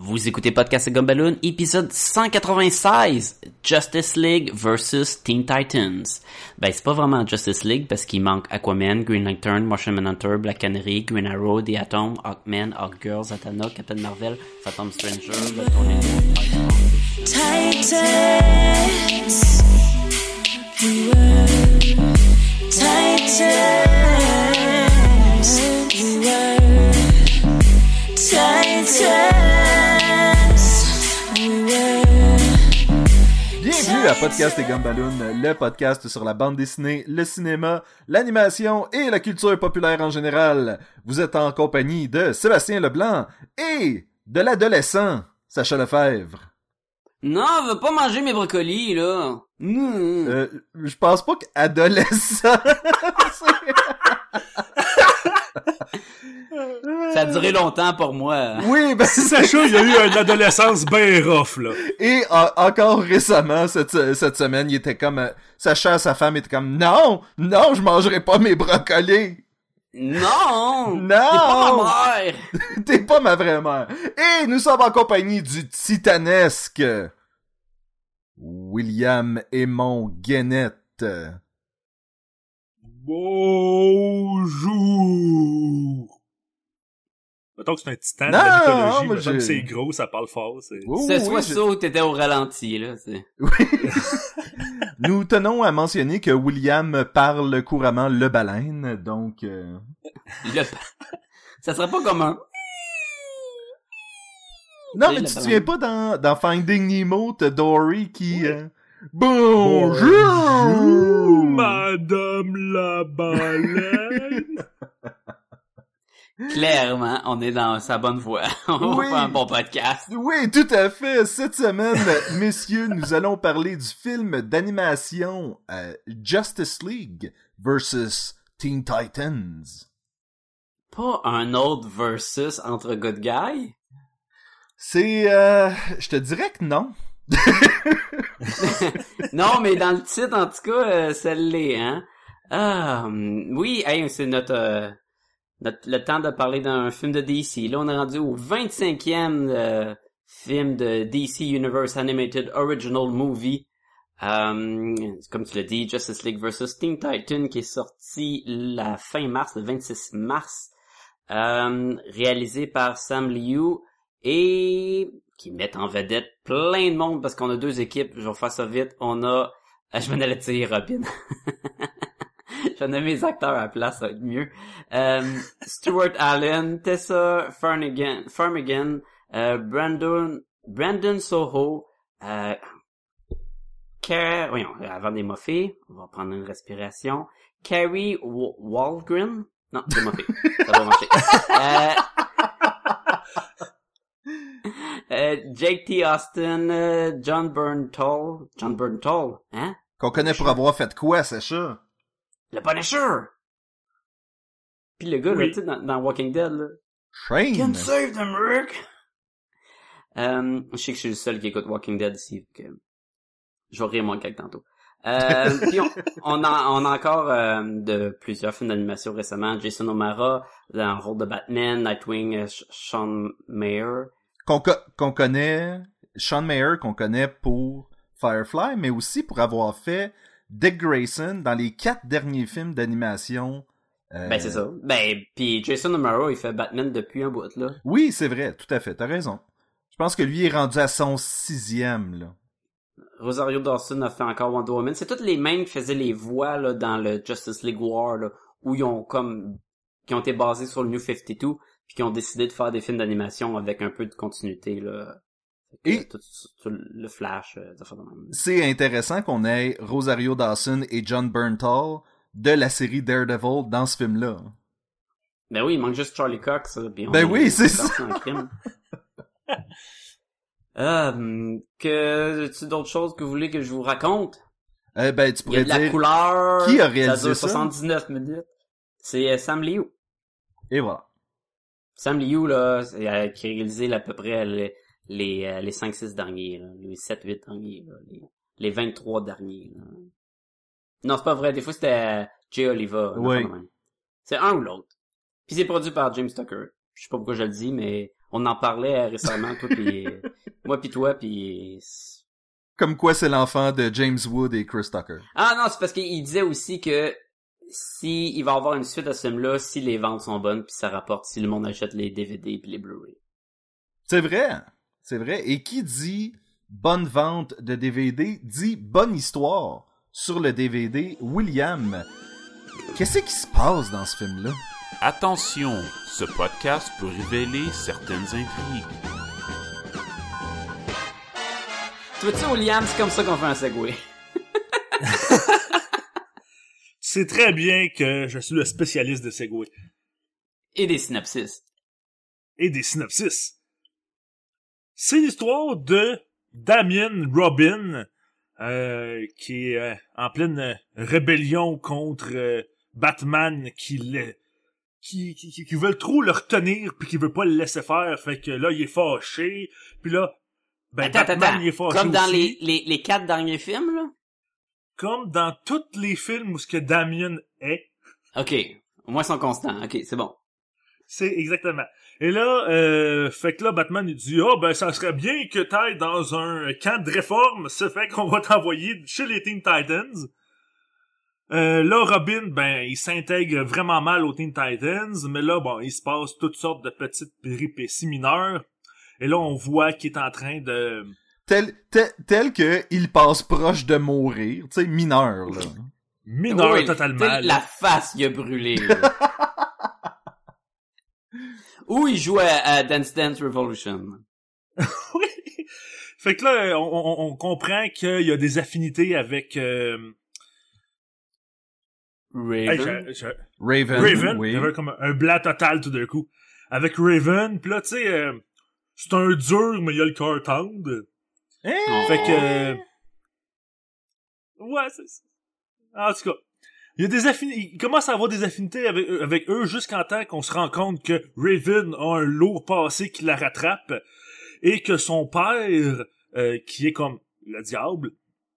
Vous écoutez Podcast et Gumballoon, épisode 196, Justice League vs Teen Titans. Ben, c'est pas vraiment Justice League parce qu'il manque Aquaman, Green Lantern, Martian Manhunter, Black Canary, Green Arrow, The Atom, Hawkman, Hawkgirl, Zatanna, Captain Marvel, Phantom Stranger, le Tornado, Titans, we were Titans, we were Titans, we were. Bienvenue à Podcast et Gumballoon, le podcast sur la bande dessinée, le cinéma, l'animation et la culture populaire en général. Vous êtes en compagnie de Sébastien Leblanc et de l'adolescent Sacha Lefebvre. Non, on veut pas manger mes brocolis, là. Je pense pas qu'adolescent... Ça a duré longtemps pour moi. Oui, ben... Sacha, il a eu une adolescence bien rough, là. Et encore récemment, cette semaine, il était comme... Sacha, sa femme, était comme... Non, je mangerai pas mes brocolis. Non! Non! T'es pas ma mère! T'es pas ma vraie mère. Et nous sommes en compagnie du titanesque William Aymon Guénette. Bonjour! Mettons que c'est un titan de Non, la non, mythologie, moi, mais comme c'est gros, ça parle fort. C'est... C'est soit ça ou t'étais au ralenti, là. Oui. Nous tenons à mentionner que William parle couramment le baleine, donc... Ça serait pas comme un... Non, Oui, mais le tu te baleine. souviens pas dans Finding Nemo, t'as Dory qui... Bonjour! Madame la baleine! Clairement, on est dans sa bonne voie. On Oui. va faire un bon podcast. Oui, tout à fait. Cette semaine, messieurs, nous allons parler du film d'animation Justice League versus Teen Titans. Pas un autre versus entre good guys? C'est... je te dirais que non. Non, mais dans le titre, en tout cas, ça l'est, hein? Oui, hey, c'est le temps de parler d'un film de DC. Là, on est rendu au 25e film de DC Universe Animated Original Movie. Comme tu l'as dit, Justice League vs. Teen Titan, qui est sorti la fin mars, le 26 mars. Réalisé par Sam Liu et qui met en vedette plein de monde parce qu'on a deux équipes. Je vais faire ça vite. On a... je m'en allais dire Robin. Je vais nommer mes acteurs à la place, ça va être mieux. Stuart Allen, Tessa Farmigan, Brandon Soho, voyons, avant des moffées, on va prendre une respiration. Carrie Walgren. Non, des moffées. Ça va marcher. Jake T. Austin, John Bernthal, hein? Qu'on connaît pour avoir fait quoi, Sacha? Le Punisher! Pis le gars, là, Oui. tu sais, dans Walking Dead, là. Shane! Can't save them, Rick! Je sais que je suis le seul qui écoute Walking Dead ici, que je vais rire moins quelques tantôt. Puis on a encore de plusieurs films d'animation récemment. Jason O'Mara dans le rôle de Batman, Nightwing, Sean Mayer. Qu'on connaît... Sean Mayer, qu'on connaît pour Firefly, mais aussi pour avoir fait Dick Grayson dans les 4 derniers films d'animation. Ben c'est ça. Ben puis Jason O'Mara il fait Batman depuis un bout là. Oui, c'est vrai, tout à fait, t'as raison. Je pense que lui est rendu à son 6e, là. Rosario Dawson a fait encore Wonder Woman. C'est toutes les mêmes qui faisaient les voix là dans le Justice League War là, où ils ont qui ont été basés sur le New 52 puis qui ont décidé de faire des films d'animation avec un peu de continuité là. Et tout le Flash, des affaires de même. c'est intéressant qu'on ait Rosario Dawson et John Bernthal de la série Daredevil dans ce film-là. Ben oui, il manque juste Charlie Cox. Puis Ben oui, c'est ça. Que tu d'autres choses que vous voulez que je vous raconte? Ben, tu Il y a pourrais de la dire... couleur. Qui a réalisé ça dure ça? 79 minutes. C'est Sam Liu. Et voilà. Sam Liu, là, qui a réalisé à peu près les 5-6 derniers, là, les 7-8 derniers, là, les 23 derniers. Là. Non, c'est pas vrai. Des fois, c'était Jay Oliva. Oui. C'est un ou l'autre. Puis c'est produit par James Tucker. Je sais pas pourquoi je le dis, mais On en parlait récemment, toi pis moi pis toi pis... Comme quoi c'est l'enfant de James Wood et Chris Tucker. Ah non, c'est parce qu'il disait aussi que si il va y avoir une suite à ce film-là, si les ventes sont bonnes pis ça rapporte, si le monde achète les DVD pis les Blu-ray. C'est vrai. C'est vrai. Et qui dit bonne vente de DVD dit bonne histoire. Sur le DVD, William, qu'est-ce qui se passe dans ce film-là? Attention, ce podcast peut révéler certaines intrigues. Tu vois-tu, William, c'est comme ça qu'on fait un segway. Tu sais très bien que je suis le spécialiste de Segway. Et des synopsis. Et des synopsis. C'est l'histoire de Damien Robin, qui est en pleine rébellion contre Batman qui veulent trop le retenir puis qui veut pas le laisser faire. Fait que là, il est fâché. Puis là, Batman, il est fâché comme dans aussi. les 4 derniers films, là? Comme dans tous les films où ce que Damien est. OK. Au moins, ils sont constants. OK, c'est bon. C'est exactement. Et là, fait que là, Batman, il dit, ça serait bien que t'ailles dans un camp de réforme, ça fait qu'on va t'envoyer chez les Teen Titans. Là, Robin, il s'intègre vraiment mal aux Teen Titans, mais là, il se passe toutes sortes de petites péripéties mineures. Et là, on voit qu'il est en train de... Tel que il passe proche de mourir, tu sais, mineur, là. Mineur, oui, totalement. La face, il a brûlé, là. Ou il joue à Dance Dance Revolution. Oui. Fait que là, on comprend qu'il y a des affinités avec... Raven. Raven, oui. J'avais comme un blanc total tout d'un coup. Avec Raven, pis là, tu sais, c'est un dur, mais il a le cœur tendre. Hein? Fait que... ouais, c'est... En tout cas, il y a des affinités... Il commence à avoir des affinités avec eux jusqu'en temps qu'on se rend compte que Raven a un lourd passé qui la rattrape et que son père, qui est comme le diable,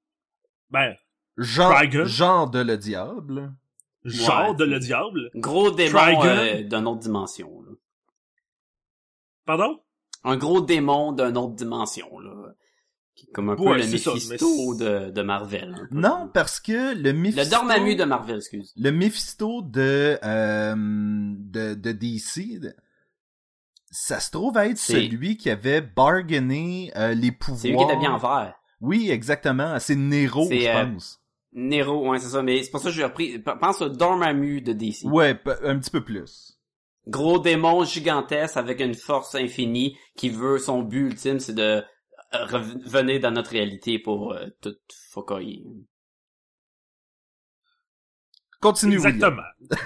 genre de le diable. Genre de le diable. Gros démon d'une autre dimension, là. Pardon? Un gros démon d'une autre dimension, là. Qui est comme un peu le Mephisto de Marvel. Non, parce que le Mephisto... Le Dormammu de Marvel, excuse. Le Mephisto de DC, ça se trouve être celui qui avait bargainé les pouvoirs... C'est lui qui était bien en vert. Oui, exactement. C'est Nero, je pense. Nero, ouais, c'est ça. Mais c'est pour ça que j'ai repris... Pense au Dormammu de DC. Ouais, un petit peu plus. Gros démon gigantesque avec une force infinie qui veut... Son but ultime, c'est de revenir dans notre réalité pour tout focoyer. Continue, exactement.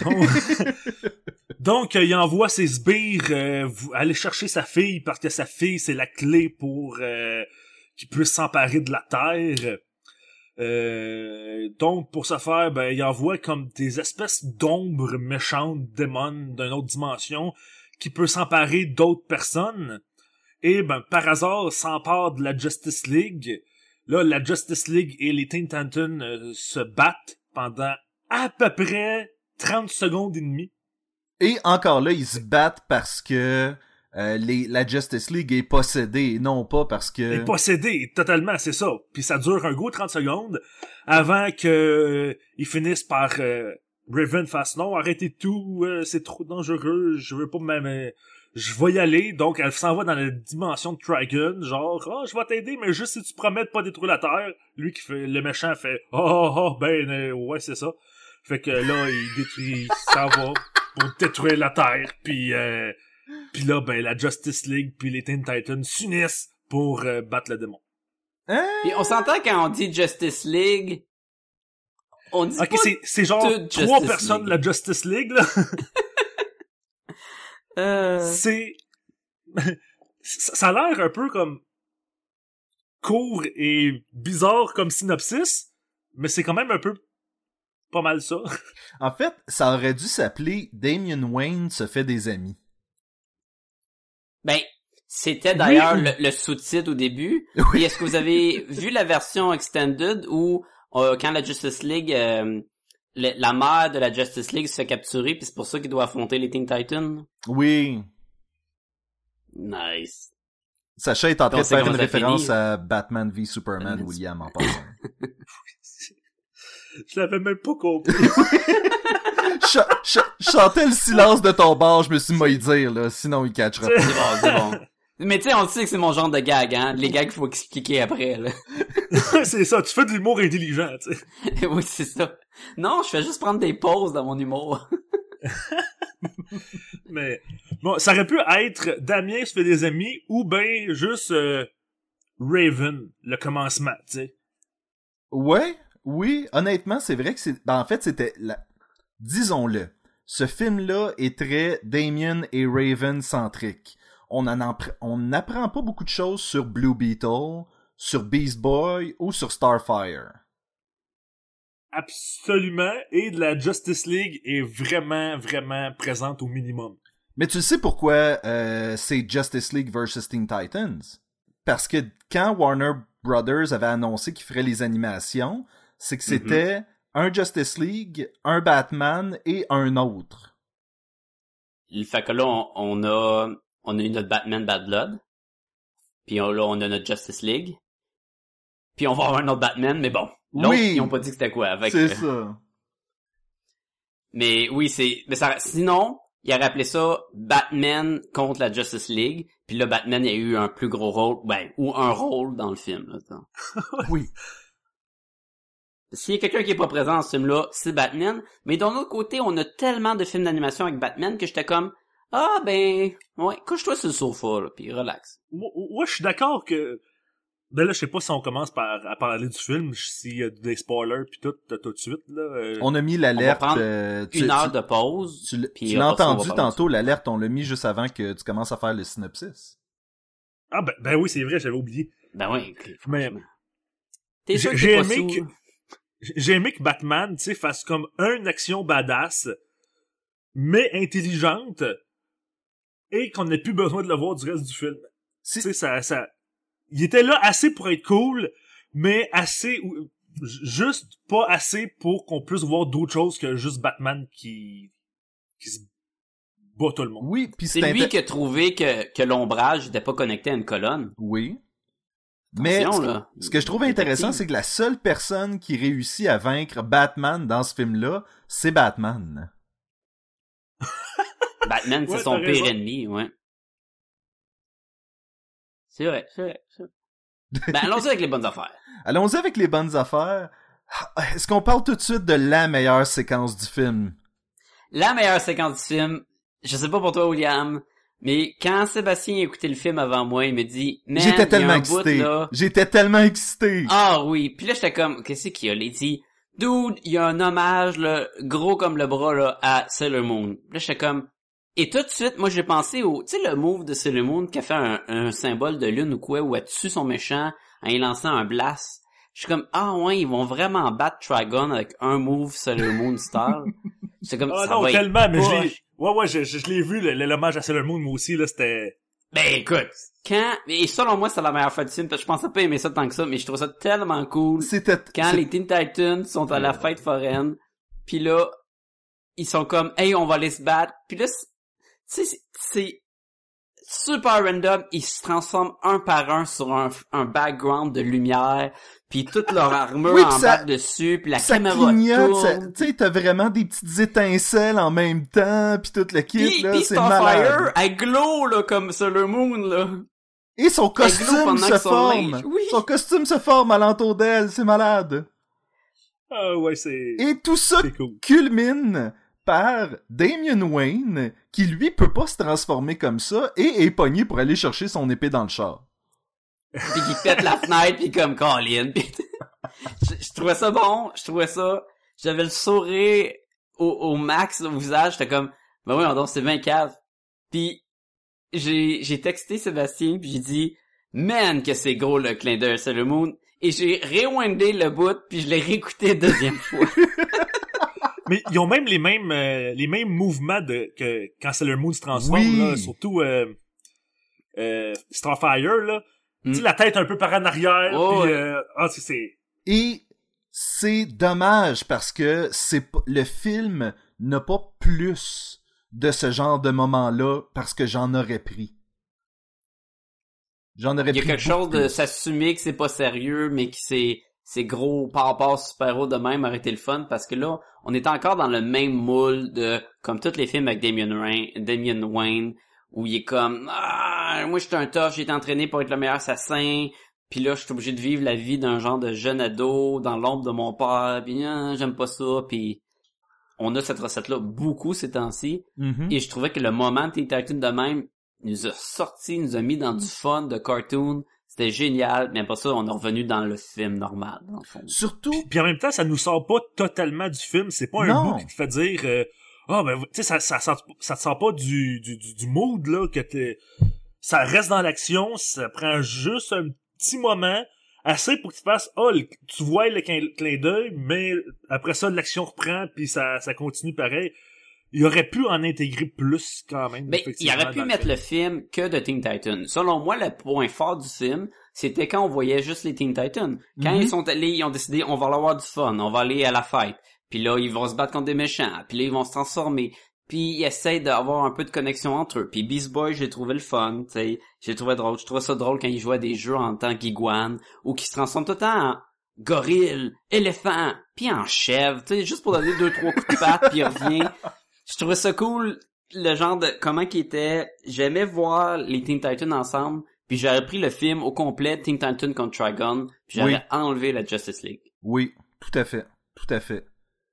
Donc, il envoie ses sbires aller chercher sa fille parce que sa fille, c'est la clé pour qu'il puisse s'emparer de la terre. Donc, pour ce faire, il envoie comme des espèces d'ombres méchantes, démons d'une autre dimension qui peut s'emparer d'autres personnes. Et par hasard, s'empare de la Justice League. Là, la Justice League et les Teen Titans se battent pendant à peu près 30 secondes et demie. Et encore là, ils se battent parce que la Justice League est possédée, non pas parce que... Est possédée, totalement, c'est ça. Puis ça dure un gros 30 secondes avant que ils finissent par... Raven fasse non, arrêtez tout, c'est trop dangereux, je veux pas même... je vais y aller, donc elle s'en va dans la dimension de Trigon, genre, je vais t'aider, mais juste si tu promets de pas détruire la Terre. Lui qui fait, le méchant fait, ouais, c'est ça. Fait que là, il s'en va pour détruire la Terre, puis là, la Justice League puis les Teen Titans s'unissent pour battre le démon. Hein? Puis on s'entend quand on dit Justice League, on dit ok, pas c'est genre toute 3 Justice personnes League. de la Justice League, là. C'est... ça a l'air un peu comme court et bizarre comme synopsis, mais c'est quand même un peu pas mal ça. En fait, ça aurait dû s'appeler Damian Wayne se fait des amis. C'était d'ailleurs Oui. le sous-titre au début. Oui. Et est-ce que vous avez vu la version extended où quand la Justice League, la mère de la Justice League se fait capturer, puis c'est pour ça qu'il doit affronter les Teen Titans? Oui. Nice. Sacha est en train On de sait faire comment une ça référence finit. à Batman v Superman, William, en passant. Je l'avais même pas compris. Chantais le silence de ton bar, je me suis dit, dire, là, sinon il catchera pas. C'est bon. Mais tu sais, on sait que c'est mon genre de gag, hein. Les gags qu'il faut expliquer après, là. C'est ça, tu fais de l'humour intelligent, tu sais. Oui, c'est ça. Non, je fais juste prendre des pauses dans mon humour. Mais bon, ça aurait pu être Damien se fait des amis ou ben juste Raven, le commencement, tu sais. Ouais, oui, honnêtement, c'est vrai que en fait, c'était disons-le, ce film-là est très Damien et Raven centrique. On n'apprend pas beaucoup de choses sur Blue Beetle, sur Beast Boy ou sur Starfire. Absolument, et de la Justice League est vraiment, vraiment présente au minimum. Mais tu sais pourquoi c'est Justice League vs. Teen Titans? Parce que quand Warner Brothers avait annoncé qu'ils feraient les animations, c'est que c'était un Justice League, un Batman et un autre. Le fait que là, on a eu notre Batman Bad Blood. Puis là, on a notre Justice League. Puis on va avoir un autre Batman, mais bon. L'autre, Oui, ils ont pas dit que c'était quoi. Avec, c'est ça. Mais oui, sinon, il aurait appelé ça Batman contre la Justice League. Puis là, Batman, il a eu un plus gros rôle, ou un rôle dans le film, là. Oui. S'il y a quelqu'un qui est pas présent dans ce film-là, c'est Batman. Mais d'un autre côté, on a tellement de films d'animation avec Batman que j'étais comme, couche-toi sur le sofa, là, puis relax. Moi, je suis d'accord que... Ben là, je sais pas si on commence à parler du film, s'il y a des spoilers pis tout de suite, là. On a mis l'alerte... On va prendre une heure de pause. Tu l'as entendu tantôt, l'alerte, on l'a mis juste avant que tu commences à faire le synopsis. Ah ben oui, c'est vrai, j'avais oublié. Ben oui, mais t'es sûr que j'ai t'es aimé pas j'ai aimé que Batman, tu sais, fasse comme une action badass, mais intelligente, et qu'on n'ait plus besoin de le voir du reste du film. Tu sais, ça... Il était là assez pour être cool, mais assez... Juste pas assez pour qu'on puisse voir d'autres choses que juste Batman qui se bat tout le monde. Oui, puis c'est lui qui a trouvé que l'ombrage n'était pas connecté à une colonne. Oui. Mais ce que je trouve intéressant, c'est que la seule personne qui réussit à vaincre Batman dans ce film-là, c'est Batman. Batman, c'est son pire ennemi, ouais. C'est vrai. Ben, allons-y avec les bonnes affaires. Allons-y avec les bonnes affaires. Est-ce qu'on parle tout de suite de la meilleure séquence du film? La meilleure séquence du film, je sais pas pour toi, William, mais quand Sébastien a écouté le film avant moi, il me dit, man, j'étais tellement il y a un excité. bout, là. J'étais tellement excité. Ah oui, puis là j'étais comme, qu'est-ce qu'il y a? Il dit, dude, il y a un hommage, là, gros comme le bras, là, à Sailor Moon. Là j'étais comme, et tout de suite, moi j'ai pensé au, tu sais le move de Sailor Moon qui a fait un symbole de lune ou quoi, où elle tue son méchant en y lançant un blast. Je suis comme, ah ouais, ils vont vraiment battre Trigon avec un move Sailor Moon style. C'est comme, ça non, va tellement, être mais je l'ai vu, l'hommage à Sailor Moon, moi aussi, là, c'était... Ben écoute, et selon moi c'est la meilleure fin du film, parce que je pensais pas aimer ça tant que ça, mais je trouve ça tellement cool. Quand les Teen Titans sont à la fête foraine, pis là, ils sont comme, hey, on va aller se battre, pis là, c'est super random, ils se transforment un par un sur un background de lumière, puis toute leur armure embarque dessus, puis la caméra tourne. Tu sais, t'as vraiment des petites étincelles en même temps, puis toute le kit, là, c'est malade. Starfire, elle glow, là, comme Sailor Moon, là. Et son costume se forme. Oui. Son costume se forme alentour d'elle, c'est malade. Ah ouais, c'est... Et tout ça cool. Culmine par Damian Wayne, qui lui peut pas se transformer comme ça, et est pogné pour aller chercher son épée dans le char. Pis qui pète la fenêtre, pis comme Colin. Je trouvais ça bon, j'avais le sourire au max au visage, j'étais comme, ben oui, donc c'est 20 caves. Pis j'ai texté Sébastien, pis j'ai dit, man que c'est gros le clin d'œil Sailor Moon, et j'ai rewindé le bout, puis je l'ai réécouté deuxième fois. Mais ils ont même les mêmes mouvements que quand Sailor Moon se transforme, oui. là, surtout Starfire, là. Tu sais, la tête un peu par en arrière, puis c'est... Et c'est dommage parce que le film n'a pas plus de ce genre de moment-là parce que j'en aurais pris. J'en aurais Il y a pris quelque beaucoup chose de plus. s'assumer que c'est pas sérieux, mais que c'est gros par rapport au super-héros de même aurait été le fun, parce que là, on est encore dans le même moule de, comme tous les films avec Damian Wayne, où il est comme, moi je suis un tough, j'ai été entraîné pour être le meilleur assassin, puis là je suis obligé de vivre la vie d'un genre de jeune ado dans l'ombre de mon père, puis j'aime pas ça, puis on a cette recette-là beaucoup ces temps-ci, Mhm. et je trouvais que le moment de Teen Titans de même nous a sorti, nous a mis dans du fun de cartoon. C'était génial, mais après ça, on est revenu dans le film normal, dans le fond. Surtout, Puis en même temps, ça nous sort pas totalement du film. C'est pas un Non. bout qui te fait dire ben tu sais ça te sort pas du mood là que ça reste dans l'action, ça prend juste un petit moment assez pour que tu fasses tu vois le clin d'œil, mais après ça l'action reprend puis ça continue pareil. Il aurait pu en intégrer plus quand même. Mais il aurait pu mettre le film que de Teen Titans. Selon moi, le point fort du film, c'était quand on voyait juste les Teen Titans. Quand Mhm. ils sont allés, ils ont décidé, on va aller avoir du fun, on va aller à la fête. Puis là, ils vont se battre contre des méchants. Puis là, ils vont se transformer. Puis ils essayent d'avoir un peu de connexion entre eux. Puis Beast Boy, j'ai trouvé le fun, tu sais. J'ai trouvé drôle. Je trouvais ça drôle quand ils jouaient à des jeux en tant qu'iguane, ou qu'ils se transforment tout le temps en gorille, éléphant, puis en chèvre, tu sais, juste pour donner 2-3 coups de patte, puis il revient. Je trouvais ça cool, le genre de comment qu'il était. J'aimais voir les Teen Titans ensemble, puis j'aurais pris le film au complet, Teen Titans contre Trigon, puis j'aurais Oui. enlevé la Justice League. oui, tout à fait. Tout à fait.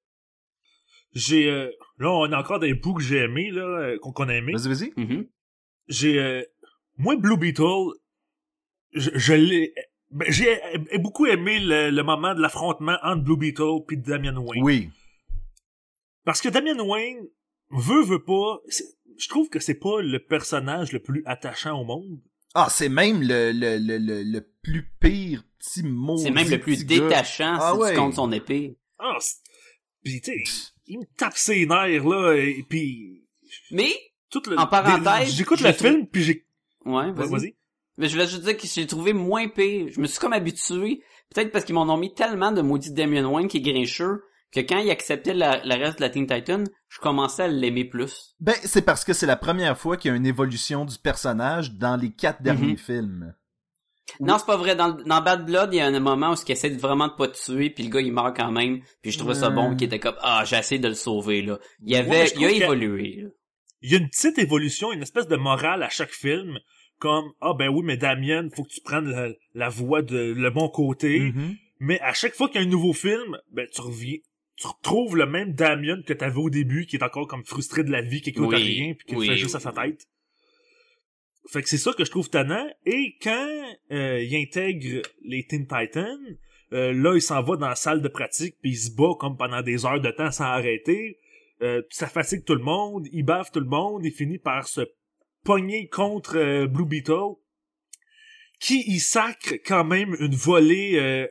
J'ai là on a encore des bouts que j'ai aimés là qu'on a aimé. Vas-y. Mhm. J'ai moi Blue Beetle je l'ai j'ai beaucoup aimé le moment de l'affrontement entre Blue Beetle puis Damian Wayne. Oui. Parce que Damian Wayne veut pas, je trouve que c'est pas le personnage le plus attachant au monde. Ah, c'est même le plus pire petit mot. C'est même le plus petit gars. détachant Ah si ouais. tu comptes son épée. Ah, pis tu sais, il me tape ses nerfs là et puis Mais, tout le en parenthèse, j'écoute j'ai le trouvé- film puis j'ai ouais, vas-y. Mais je voulais juste dire que j'ai trouvé moins pire. Je me suis comme habitué, peut-être parce qu'ils m'en ont mis tellement de maudits Damian Wayne qui est grincheux, que quand il acceptait le reste de la Teen Titan, je commençais à l'aimer plus. Ben, c'est parce que c'est la première fois qu'il y a une évolution du personnage dans les 4 derniers films. Non, c'est pas vrai. Dans Bad Blood, il y a un moment où il essaie vraiment de pas te tuer, puis le gars il meurt quand même, puis je trouvais ça bon, qu'il était comme j'ai essayé de le sauver là. Il mais je il a trouve que- évolué. Là. il y a une petite évolution, une espèce de morale à chaque film, comme ben oui, mais Damien, faut que tu prennes la voie de le bon côté. Mhm. Mais à chaque fois qu'il y a un nouveau film, ben tu retrouves le même Damien que t'avais au début, qui est encore comme frustré de la vie, qui écoute Oui, rien, puis qui oui. fait juste à sa tête. Fait que c'est ça que je trouve tannant. Et quand il intègre les Teen Titans, là il s'en va dans la salle de pratique, puis il se bat comme pendant des heures de temps sans arrêter. Ça fatigue tout le monde, il baffe tout le monde, il finit par se pogner contre Blue Beetle, qui y sacre quand même une volée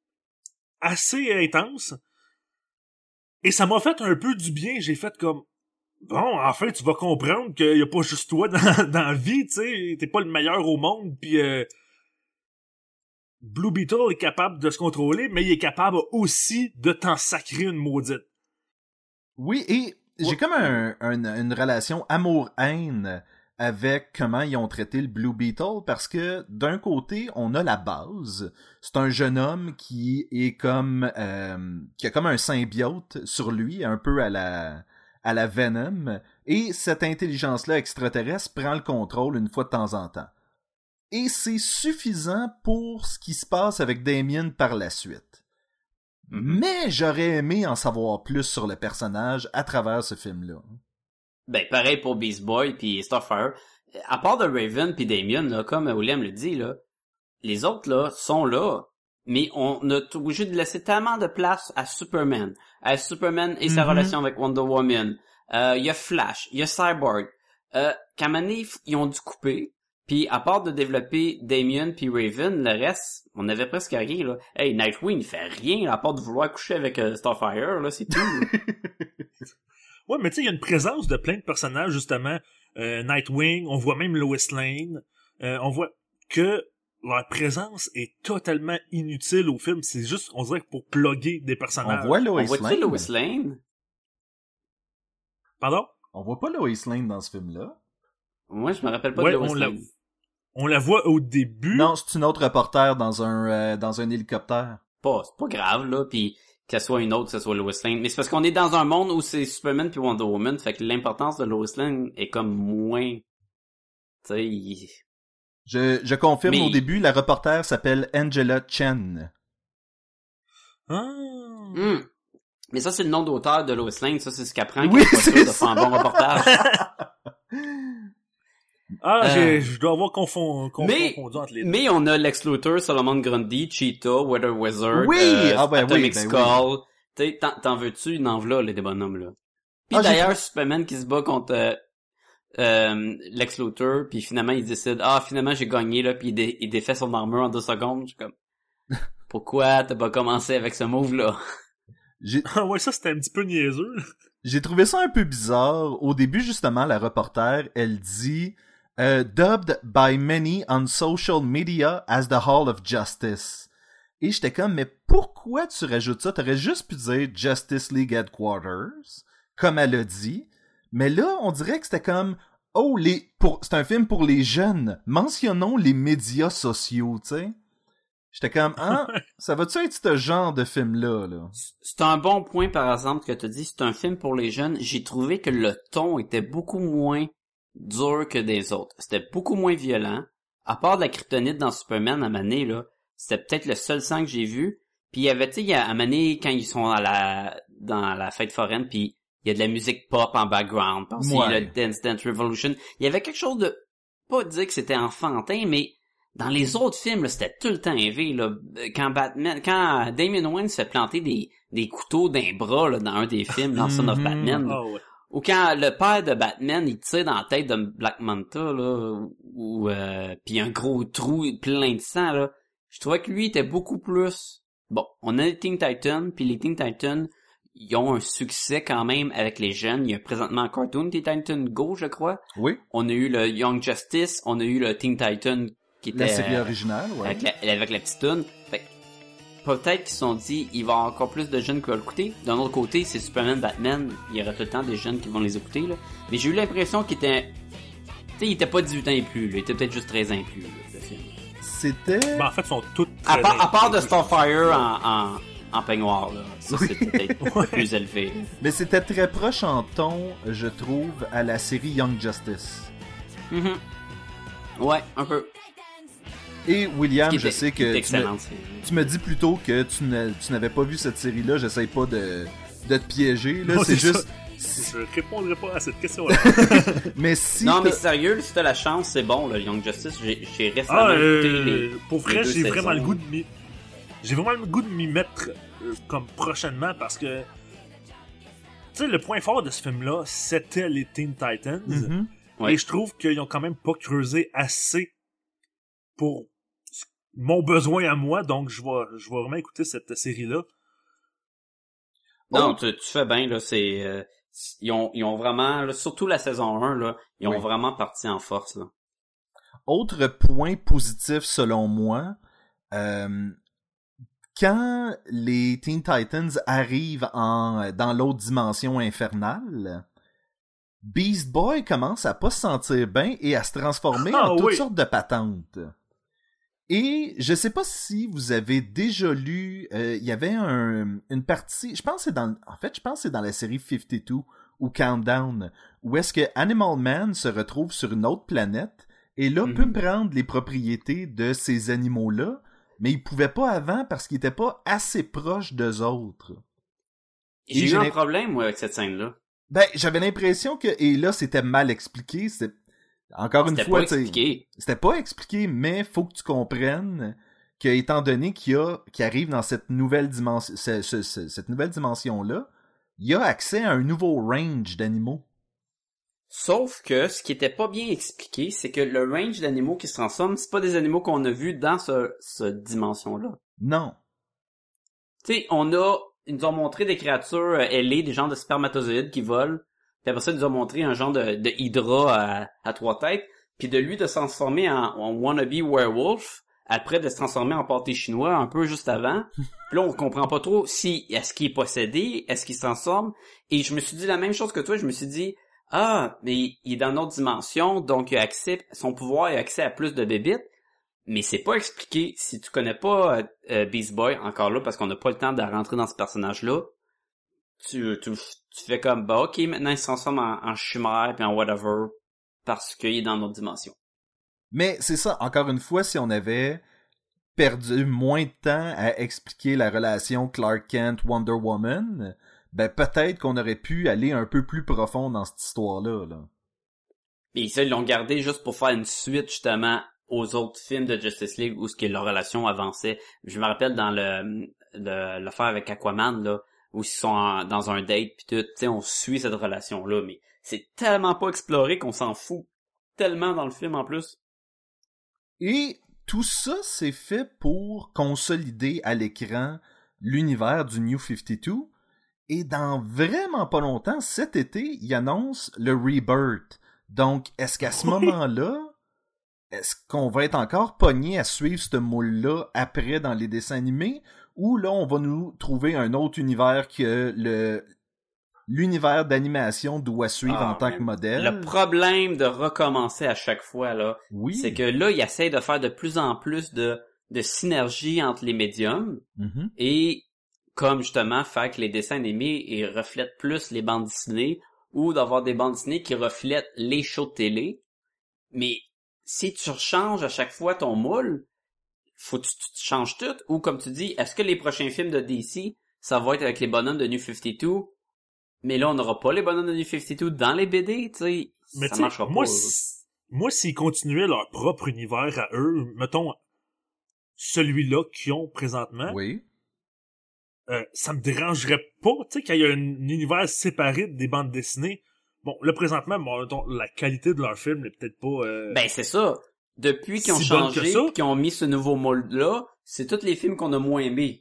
assez intense. Et ça m'a fait un peu du bien. J'ai fait comme, bon, enfin, tu vas comprendre qu'il y a pas juste toi dans la vie, tu sais. T'es pas le meilleur au monde, puis Blue Beetle est capable de se contrôler, mais il est capable aussi de t'en sacrer une maudite. Oui, et j'ai comme une relation amour-haine avec comment ils ont traité le Blue Beetle, parce que d'un côté, on a la base. C'est un jeune homme qui est comme qui a comme un symbiote sur lui, un peu à la Venom, et cette intelligence-là extraterrestre prend le contrôle une fois de temps en temps. Et c'est suffisant pour ce qui se passe avec Damien par la suite. Mais j'aurais aimé en savoir plus sur le personnage à travers ce film-là. Ben, pareil pour Beast Boy puis Starfire. À part de Raven puis Damien, là, comme William le dit, là, les autres, là, sont là. Mais on a obligé de laisser tellement de place à Superman. À Superman et sa relation avec Wonder Woman. Il y a Flash, il y a Cyborg. Qu'à un moment donné, ils ont dû couper. Puis à part de développer Damien puis Raven, le reste, on avait presque rien, là. Hey, Nightwing, il fait rien, à part de vouloir coucher avec Starfire, là, c'est tout. Ouais, mais tu sais, il y a une présence de plein de personnages, justement. Nightwing, on voit même Lois Lane. On voit que leur présence est totalement inutile au film. C'est juste, on dirait que pour plugger des personnages. On voit On Lois voit-tu Lane. Lois Lane? Pardon? On voit pas Lois Lane dans ce film-là. Moi, je me rappelle pas Ouais, de Lois on Lane. On la voit au début. Non, c'est une autre reporter dans un hélicoptère. C'est pas grave, là, pis que ce soit une autre, que ce soit Lois Lane. Mais c'est parce qu'on est dans un monde où c'est Superman puis Wonder Woman, fait que l'importance de Lois Lane est comme moins... Tu sais, Je confirme Mais- au début, la reporter s'appelle Angela Chen. Ah. Mais ça, c'est le nom d'auteur de Lois Lane, ça, c'est ce qu'apprend Oui, qu'il est pas sûr c'est de faire un bon reportage. Je dois avoir confondu entre les deux. Mais on a Lex Luthor, Solomon Grundy, Cheetah, Weather Wizard, Oui! Atomic oui. Skull. Tu sais, t'en veux-tu une enveloppe, là, des bonhommes, là? Puis Ah, j'ai d'ailleurs, Superman qui se bat contre Lex Luthor, puis finalement, il décide, finalement, j'ai gagné, là, puis il défait son armure en 2 secondes. Je suis comme, pourquoi t'as pas commencé avec ce move-là? Ah ouais, ça c'était un petit peu niaiseux. J'ai trouvé ça un peu bizarre. Au début, justement, la reporter, elle dit dubbed by many on social media as the Hall of Justice. Et j'étais comme, mais pourquoi tu rajoutes ça? T'aurais juste pu dire Justice League Headquarters, comme elle a dit. Mais là, on dirait que c'était comme, c'est un film pour les jeunes. Mentionnons les médias sociaux, tu sais. J'étais comme, ça va-tu être ce genre de film-là, là? C'est un bon point, par exemple, que t'as dit, c'est un film pour les jeunes. J'ai trouvé que le ton était beaucoup moins dur que des autres. C'était beaucoup moins violent. À part de la kryptonite dans Superman, à Mané, là, c'était peut-être le seul sang que j'ai vu. Puis il y avait, tu sais, à Mané, quand ils sont dans la fête foraine, puis il y a de la musique pop en background, parce qu'il y a le Dance Dance Revolution. Il y avait quelque chose de, pas dire que c'était enfantin, mais dans les autres films, là, c'était tout le temps élevé, là. Quand Damien Wayne se fait planter des couteaux d'un bras, là, dans un des films, dans Son of Batman. Ah ouais. Ou quand le père de Batman, il tire dans la tête de Black Manta, là, pis un gros trou plein de sang, là. Je trouvais que lui était beaucoup plus... Bon, on a les Teen Titans, puis les Teen Titans, ils ont un succès quand même avec les jeunes. Il y a présentement un cartoon, Teen Titans Go, je crois. Oui. On a eu le Young Justice, on a eu le Teen Titan qui était... La série originale, ouais. Avec la petite toune. Fait que peut-être qu'ils se sont dit, il va y avoir encore plus de jeunes qui vont l'écouter. D'un autre côté, c'est Superman, Batman, il y aura tout le temps des jeunes qui vont les écouter, là. Mais j'ai eu l'impression qu'il était... Tu sais, il était pas 18 ans et plus, là. Il était peut-être juste 13 ans et plus, là, le film. C'était... Ben, en fait, ils sont toutes À très part de Starfire en peignoir, là. Ça, c'était peut-être plus élevé, là. Mais c'était très proche en ton, je trouve, à la série Young Justice. Mhm. Ouais, un peu. Et William, Qui je était- sais qui était que excellente, tu me dis plutôt que tu n'avais pas vu cette série-là. J'essaye pas de te piéger, là. Non, c'est c'est juste... Je répondrai pas à cette question-là. Mais si... Non, mais t'as- sérieux, si t'as la chance, c'est bon, le Young Justice. J'ai récemment écouté Pour vrai, les j'ai deux vraiment le saisons. goût de m'y... J'ai vraiment le goût de m'y mettre comme prochainement parce que... Tu sais, le point fort de ce film-là, c'était les Teen Titans. Mhm. Ouais. Et je trouve qu'ils ont quand même pas creusé assez pour mon besoin à moi, donc je vais vraiment écouter cette série-là. Non, tu fais bien, là, c'est... ils ont vraiment, là, surtout la saison 1, là, ils ont Oui. vraiment parti en force, là. Autre point positif selon moi, quand les Teen Titans arrivent dans l'autre dimension infernale, Beast Boy commence à pas se sentir bien et à se transformer Ah en toutes oui. sortes de patentes. Et je sais pas si vous avez déjà lu, il y avait une partie, je pense que c'est dans la série 52 ou Countdown, où est-ce que Animal Man se retrouve sur une autre planète et là peut prendre les propriétés de ces animaux-là, mais il pouvait pas avant parce qu'il était pas assez proche d'eux autres. J'ai eu j'ai un l'im- problème, moi, avec cette scène-là. Ben, j'avais l'impression que, et là c'était mal expliqué, encore une C'était fois, pas tu sais, expliqué. c'était pas expliqué, mais faut que tu comprennes que, étant donné qu'il arrive dans cette nouvelle dimension, cette nouvelle dimension-là, il a accès à un nouveau range d'animaux. Sauf que, ce qui était pas bien expliqué, c'est que le range d'animaux qui se transforment, c'est pas des animaux qu'on a vus dans cette dimension-là. Non. Tu sais, ils nous ont montré des créatures ailées, des genres de spermatozoïdes qui volent. Puis après ça, ils nous ont montré un genre de hydra à 3 têtes. Puis de lui de se transformer en wannabe werewolf, après de se transformer en pâté chinois un peu juste avant. Puis là, on comprend pas trop si est-ce qu'il est possédé, est-ce qu'il se transforme. Et je me suis dit la même chose que toi, je me suis dit, ah, mais il est dans une autre dimension, donc il a accès, son pouvoir, il a accès à plus de bébites, mais c'est pas expliqué. Si tu connais pas Beast Boy, encore là, parce qu'on n'a pas le temps de rentrer dans ce personnage-là, tu fais comme, bah ok, maintenant il se transforme en chimère, puis en whatever, parce qu'il est dans notre dimension. Mais c'est ça, encore une fois, si on avait perdu moins de temps à expliquer la relation Clark Kent-Wonder Woman, ben peut-être qu'on aurait pu aller un peu plus profond dans cette histoire-là. Là. Et ça, ils l'ont gardé juste pour faire une suite, justement, aux autres films de Justice League où ce que leur relation avançait. Je me rappelle dans l'affaire avec Aquaman, là, où ils sont dans un date pis tout, tu sais, on suit cette relation-là, mais c'est tellement pas exploré qu'on s'en fout tellement dans le film en plus. Et tout ça, c'est fait pour consolider à l'écran l'univers du New 52. Et dans vraiment pas longtemps, cet été, il annonce le Rebirth. Donc, est-ce qu'à ce moment-là, est-ce qu'on va être encore pogné à suivre ce moule-là après dans les dessins animés? Ou là, on va nous trouver un autre univers que l'univers d'animation doit suivre en tant que modèle? Le problème de recommencer à chaque fois, là, oui. C'est que là, ils essayent de faire de plus en plus de synergie entre les médiums. Mm-hmm. Et comme justement faire que les dessins animés ils reflètent plus les bandes dessinées ou d'avoir des bandes dessinées qui reflètent les shows de télé. Mais si tu changes à chaque fois ton moule, faut que tu changes tout. Ou comme tu dis, est-ce que les prochains films de DC, ça va être avec les bonhommes de New 52? Mais là, on n'aura pas les bonhommes de New 52 dans les BD, tu sais. Mais ça marchera pas. Moi, s'ils continuaient leur propre univers à eux, mettons, celui-là qu'ils ont présentement, oui. Ça me dérangerait pas, tu sais, qu'il y ait un univers séparé des bandes dessinées. Bon, là, présentement, la qualité de leur film n'est peut-être pas... Ben, c'est ça. Depuis qu'ils ont changé pis qu'ils ont mis ce nouveau mold-là, c'est tous les films qu'on a moins aimés.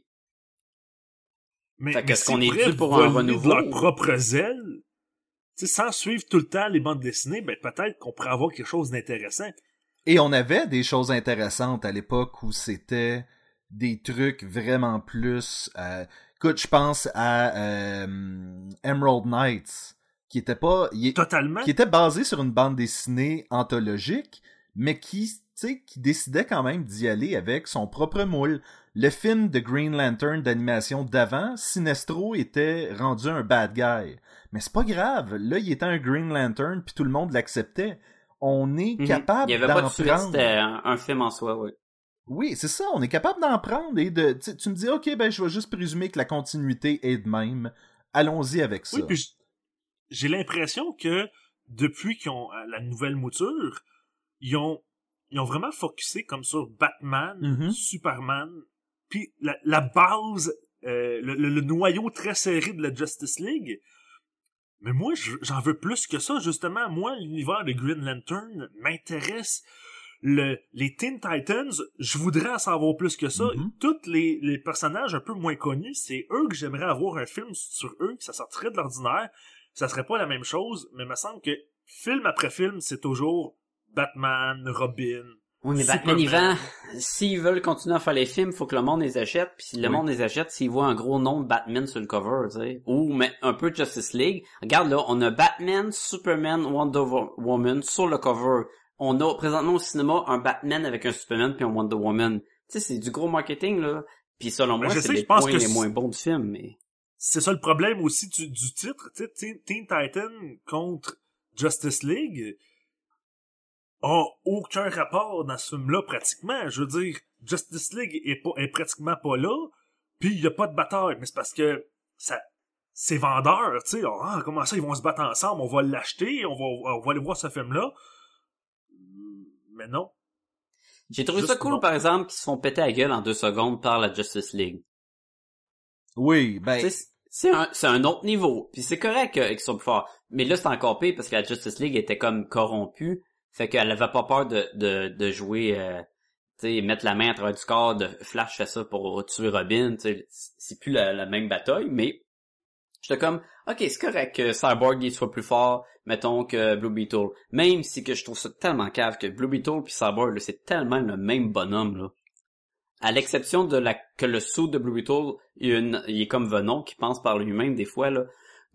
Mais qu'est-ce qu'on est dû pour un renouveau? De leur propre aile, tu sais, sans suivre tout le temps les bandes dessinées, ben peut-être qu'on pourrait avoir quelque chose d'intéressant. Et on avait des choses intéressantes à l'époque où c'était des trucs vraiment plus... écoute, je pense à Emerald Knights, qui était pas... Totalement. Qui était basé sur une bande dessinée anthologique, mais qui décidait quand même d'y aller avec son propre moule. Le film de Green Lantern d'animation d'avant, Sinestro était rendu un bad guy. Mais c'est pas grave, là il était un Green Lantern puis tout le monde l'acceptait. On est capable d'en prendre. Il y avait pas de suite, c'était un film en soi, oui. Oui, c'est ça, on est capable d'en prendre et de... Tu me dis, ok, ben je vais juste présumer que la continuité est de même. Allons-y avec ça. Oui, puis j'ai l'impression que depuis qu'ils ont la nouvelle mouture, ils ont vraiment focusé comme sur Batman, Superman, puis la base, le noyau très serré de la Justice League. Mais moi, j'en veux plus que ça, justement. Moi, l'univers de Green Lantern m'intéresse. Les Teen Titans, je voudrais en savoir plus que ça. Tous les personnages un peu moins connus, c'est eux que j'aimerais avoir un film sur eux, que ça sortirait de l'ordinaire. Ça serait pas la même chose, mais il me semble que film après film, c'est toujours Batman, Robin. Oui, mais Batman, il vend. S'ils veulent continuer à faire les films, faut que le monde les achète. Puis si le monde les achète, s'ils voient un gros nom de Batman sur le cover, tu sais. Ou mais un peu Justice League. Regarde là, on a Batman, Superman, Wonder Woman sur le cover. On a présentement au cinéma un Batman avec un Superman puis un Wonder Woman. Tu sais, c'est du gros marketing, là. Puis selon moi, c'est les points les moins bons du film, mais... C'est ça le problème aussi du titre, tu sais, Teen Titan contre Justice League a aucun rapport dans ce film-là, pratiquement. Je veux dire, Justice League est pratiquement pas là, puis il y a pas de bataille, mais c'est parce que c'est vendeur, tu sais. Ah, comment ça, ils vont se battre ensemble, on va l'acheter, on va aller voir ce film-là. Mais non. J'ai trouvé ça cool, par exemple, qu'ils se font péter la gueule en 2 secondes par la Justice League. Oui, ben... C'est un autre niveau. Puis c'est correct qu'ils sont plus forts. Mais là, c'est encore pire parce que la Justice League était comme corrompue. Fait qu'elle avait pas peur de jouer... tu sais, mettre la main à travers du corps de Flash fait ça pour tuer Robin. Tu sais, c'est plus la même bataille, mais... J'étais comme, ok, c'est correct que Cyborg il soit plus fort, mettons, que Blue Beetle. Même si que je trouve ça tellement cave que Blue Beetle puis Cyborg, là, c'est tellement le même bonhomme, là. À l'exception que le saut de Blue Beetle, il est comme Venom qui pense par lui-même des fois, là.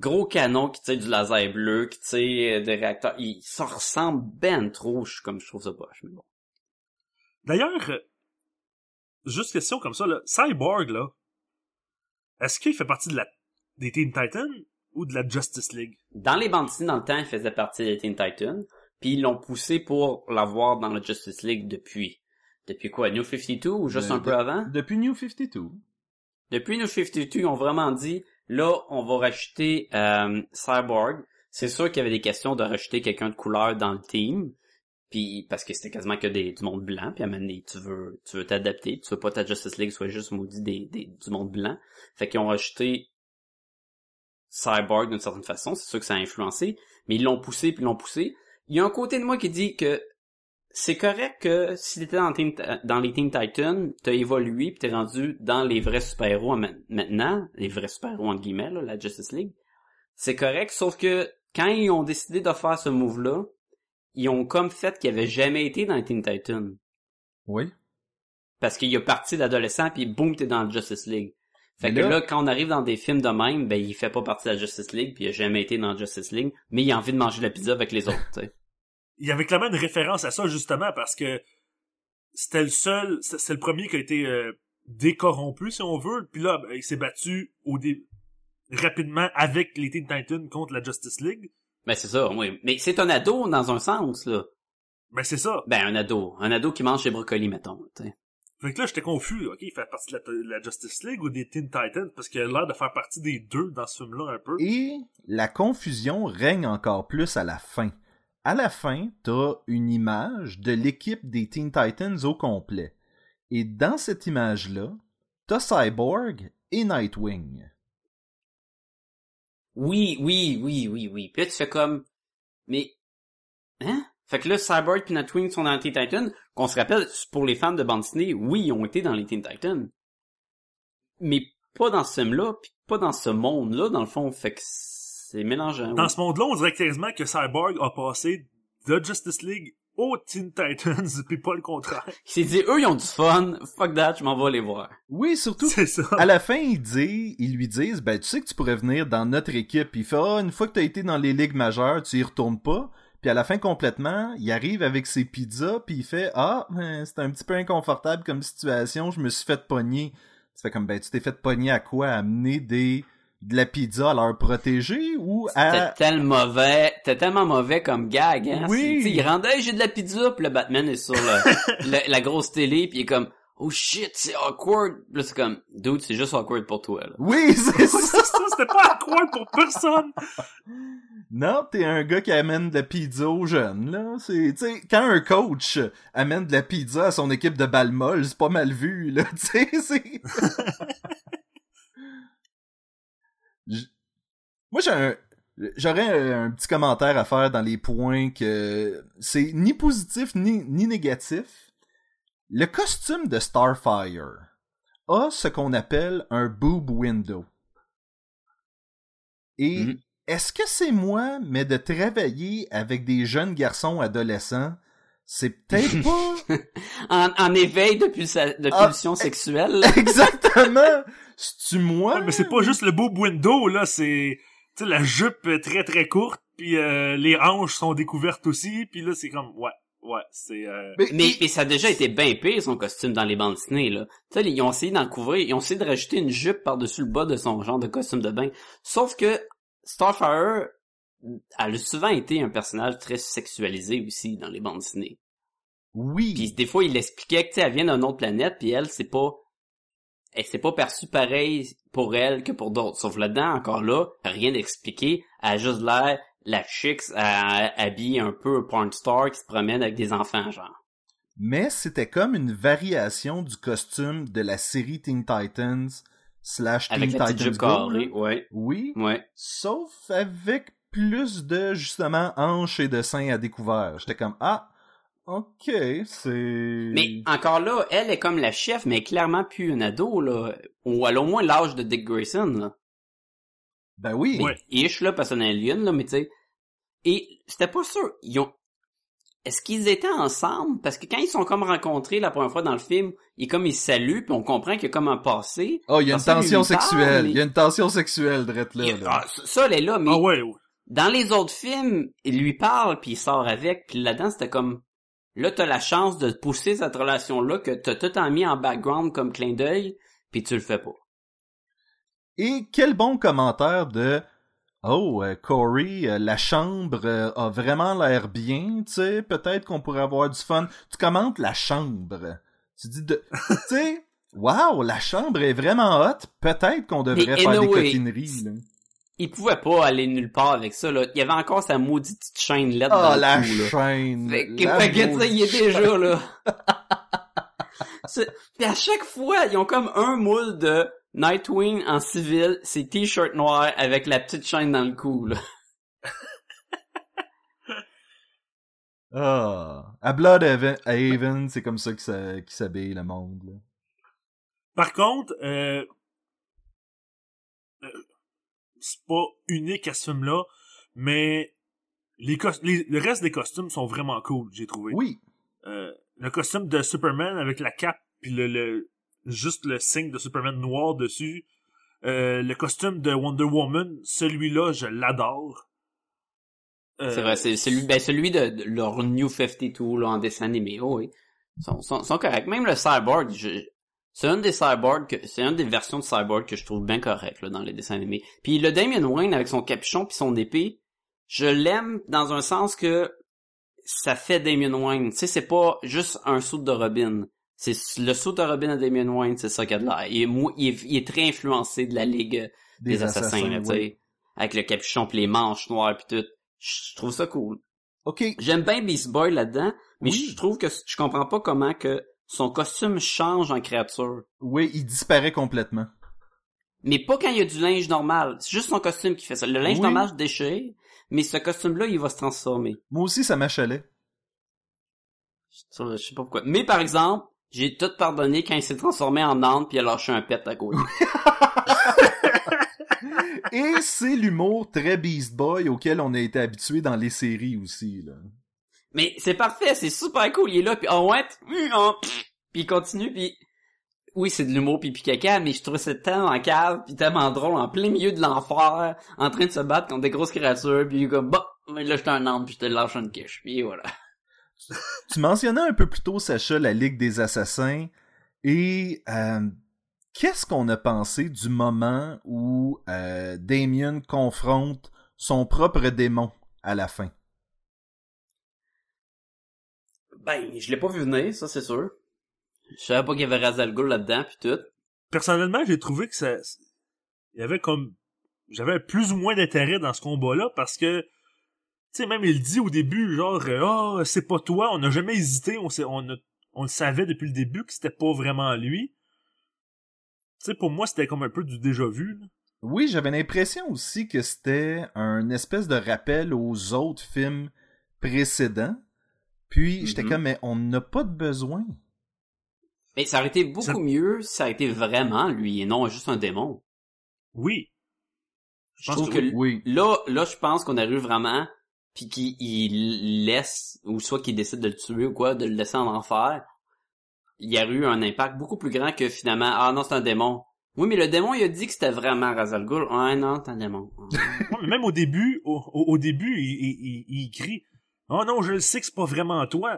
gros canon qui tire du laser bleu, qui tire des réacteurs. Ça ressemble ben trop, je trouve ça poche, mais bon. D'ailleurs, juste question comme ça, là, Cyborg, là, est-ce qu'il fait partie des Teen Titans ou de la Justice League? Dans les bandes dessinées, dans le temps, il faisait partie des Teen Titans, puis ils l'ont poussé pour l'avoir dans la Justice League depuis. Depuis quoi, New 52 ou juste un peu avant? Depuis New 52. Depuis New 52, ils ont vraiment dit, là, on va rajouter Cyborg. C'est sûr qu'il y avait des questions de rajouter quelqu'un de couleur dans le team, puis parce que c'était quasiment que du monde blanc, puis à un moment donné, tu veux t'adapter, tu veux pas ta Justice League soit juste maudit du monde blanc. Fait qu'ils ont rajouté Cyborg d'une certaine façon, c'est sûr que ça a influencé, mais ils l'ont poussé. Il y a un côté de moi qui dit que c'est correct que si t'étais dans les Teen Titans, t'as évolué pis t'es rendu dans les vrais super-héros maintenant, les vrais super-héros entre guillemets, là, la Justice League. C'est correct, sauf que quand ils ont décidé de faire ce move-là, ils ont comme fait qu'il avait jamais été dans les Teen Titans. Oui. Parce qu'il est parti d'adolescent pis boum, t'es dans la Justice League. Fait Mais que là, quand on arrive dans des films de même, ben il fait pas partie de la Justice League pis il a jamais été dans la Justice League, mais il a envie de manger la pizza avec les autres, tu sais. Il y avait clairement une référence à ça, justement, parce que c'est le premier qui a été décorrompu, si on veut, puis là, il s'est battu rapidement avec les Teen Titans contre la Justice League. Ben c'est ça, oui. Mais c'est un ado dans un sens, là. Ben c'est ça. Ben un ado qui mange des brocolis, mettons, tu sais. Fait que là, j'étais confus. Ok, il fait partie de la Justice League ou des Teen Titans, parce qu'il a l'air de faire partie des deux dans ce film-là un peu. Et la confusion règne encore plus à la fin. À la fin, t'as une image de l'équipe des Teen Titans au complet. Et dans cette image-là, t'as Cyborg et Nightwing. Oui. Puis là, tu fais comme... Mais... Hein? Fait que là, Cyborg et Nightwing sont dans les Teen Titans. Qu'on se rappelle, pour les fans de bande dessinée, oui, ils ont été dans les Teen Titans. Mais pas dans ce film-là, pis pas dans ce monde-là, dans le fond. Fait que c'est mélangeant. Dans ce monde-là, on dirait quasiment que Cyborg a passé de Justice League aux Teen Titans, puis pas le contraire. Il s'est dit, eux, ils ont du fun. Fuck that, je m'en vais les voir. Oui, surtout, c'est ça. À la fin, ils lui disent, ben, tu sais que tu pourrais venir dans notre équipe. Puis il fait, une fois que t'as été dans les ligues majeures, tu y retournes pas. Puis à la fin, complètement, il arrive avec ses pizzas, puis il fait, c'est un petit peu inconfortable comme situation, je me suis fait pogner. Tu fais comme, ben, tu t'es fait pogner à quoi? À amener de la pizza à leur protéger ou à... T'es tellement mauvais comme gag, hein? Oui. Il rendait, j'ai de la pizza, puis le Batman est sur la grosse télé, puis il est comme, oh shit, c'est awkward. Là, c'est comme, dude, c'est juste awkward pour toi, là. Oui, c'est ça! C'était pas awkward pour personne! Non, t'es un gars qui amène de la pizza aux jeunes, là. Tu sais, quand un coach amène de la pizza à son équipe de balle molle, c'est pas mal vu, là. Tu sais, c'est... Moi, j'aurais un petit commentaire à faire dans les points que c'est ni positif ni négatif. Le costume de Starfire a ce qu'on appelle un boob window. Et est-ce que c'est moi, mais de travailler avec des jeunes garçons adolescents, c'est peut-être pas... en éveil de pulsion sexuelle. Exactement! C'est-tu moi? Ouais, mais c'est pas juste le boob window, là, c'est... Tu sais, la jupe est très très courte, puis les hanches sont découvertes aussi, puis là, c'est comme... Ouais, c'est... Mais ça a déjà été bien pire, son costume, dans les bandes dessinées, là. Tu sais, ils ont essayé d'en couvrir, ils ont essayé de rajouter une jupe par-dessus le bas de son genre de costume de bain. Sauf que Starfire, elle a souvent été un personnage très sexualisé aussi dans les bandes dessinées. Oui. Puis des fois, il expliquait que, tu sais, elle vient d'une autre planète, puis elle s'est pas perçue pareil pour elle que pour d'autres. Sauf là-dedans, encore là, rien d'expliqué. Elle a juste l'air, la chick, habillée un peu porn star qui se promène avec des enfants, genre. Mais c'était comme une variation du costume de la série Teen Titans / Teen avec la petite Titans jupe Go. carrée, ouais. Oui. Ouais. Sauf avec plus de, justement, hanches et de seins à découvert. J'étais comme, ok, c'est... Mais encore là, elle est comme la chef, mais clairement plus une ado, là. Ou elle a au moins l'âge de Dick Grayson, là. Ben oui. Ouais. Ish, là, parce qu'on est un alien, là, mais tu sais. Et c'était pas sûr. est-ce qu'ils étaient ensemble? Parce que quand ils sont comme rencontrés la première fois dans le film, ils se saluent, puis on comprend qu'il y a comme un passé. Oh, il y a une tension sexuelle. Mais... Il y a une tension sexuelle, drette là. Ça, elle est là, mais... Ah ouais. Dans les autres films, il lui parle, puis il sort avec, puis là-dedans, c'était comme... Là, t'as la chance de pousser cette relation-là que t'as tout en mis en background comme clin d'œil, puis tu le fais pas. Et quel bon commentaire de... Oh, Corey, la chambre a vraiment l'air bien, tu sais, peut-être qu'on pourrait avoir du fun. Tu commentes la chambre. Tu dis tu sais, wow, la chambre est vraiment hot, peut-être qu'on devrait faire des coquineries, là. Il pouvait pas aller nulle part avec ça, là. Il y avait encore sa maudite petite chaîne LED dans la le cou, là. Chaîne. Fait que ça, il est déjà, là. Puis à chaque fois, ils ont comme un moule de Nightwing en civil, ses t-shirts noirs avec la petite chaîne dans le cou, là. À Bloodhaven, c'est comme ça qu'il s'habille le monde, là. Par contre, c'est pas unique à ce film-là, mais le reste des costumes sont vraiment cool, j'ai trouvé. Oui. Le costume de Superman avec la cape puis juste le signe de Superman noir dessus. Le costume de Wonder Woman, celui-là, je l'adore. C'est vrai, c'est celui de leur New 52 là, en dessin animé. Oh oui. Sont corrects. Même le Cyborg, c'est une des versions de Cyborg que je trouve bien correct là, dans les dessins animés. Puis le Damian Wayne avec son capuchon puis son épée, je l'aime dans un sens que ça fait Damian Wayne. Tu sais, c'est pas juste un saut de Robin. C'est le saut de Robin à Damian Wayne, c'est ça qu'il a de l'air. Il est très influencé de la Ligue des Assassins là, tu sais. Oui. Avec le capuchon pis les manches noires pis tout. Je trouve ça cool. OK. J'aime bien Beast Boy là-dedans, mais oui. Je trouve que je comprends pas comment que son costume change en créature. Oui, il disparaît complètement. Mais pas quand il y a du linge normal. C'est juste son costume qui fait ça. Le linge normal se déchire, mais ce costume-là, il va se transformer. Moi aussi, ça m'achalait. Je sais pas pourquoi. Mais par exemple, j'ai tout pardonné quand il s'est transformé en âne puis il a lâché un pet à côté. Et c'est l'humour très Beast Boy auquel on a été habitué dans les séries aussi, là. Mais c'est parfait, c'est super cool. Il est là, puis puis il continue, puis oui, c'est de l'humour pipi caca, mais je trouve ça tellement cave, puis tellement drôle, en plein milieu de l'enfer, en train de se battre contre des grosses créatures, puis comme, bah, là, j'étais un âne, puis je te lâche une quiche, puis voilà. Tu mentionnais un peu plus tôt, Sacha, la Ligue des Assassins, et qu'est-ce qu'on a pensé du moment où Damien confronte son propre démon à la fin? Ben, je l'ai pas vu venir, ça c'est sûr. Je savais pas qu'il y avait Ra's al Ghul là-dedans pis tout. Personnellement, j'ai trouvé que il y avait comme, j'avais plus ou moins d'intérêt dans ce combat-là parce que, tu sais, même il dit au début, genre, c'est pas toi, on n'a jamais hésité, on le savait depuis le début que c'était pas vraiment lui. Tu sais, pour moi, c'était comme un peu du déjà-vu, là. Oui, j'avais l'impression aussi que c'était un espèce de rappel aux autres films précédents. Puis, j'étais comme, mais on n'a pas de besoin. Mais ça aurait été beaucoup mieux si ça aurait été vraiment lui et non juste un démon. Oui. Je trouve que là, je pense qu'on arrive vraiment puis qu'il laisse, ou soit qu'il décide de le tuer ou quoi, de le laisser en enfer. Il y a eu un impact beaucoup plus grand que finalement, ah non, c'est un démon. Oui, mais le démon, il a dit que c'était vraiment Ra's al Ghul. Ah non, c'est un démon. Même au début, il crie. Oh non, je le sais que c'est pas vraiment toi.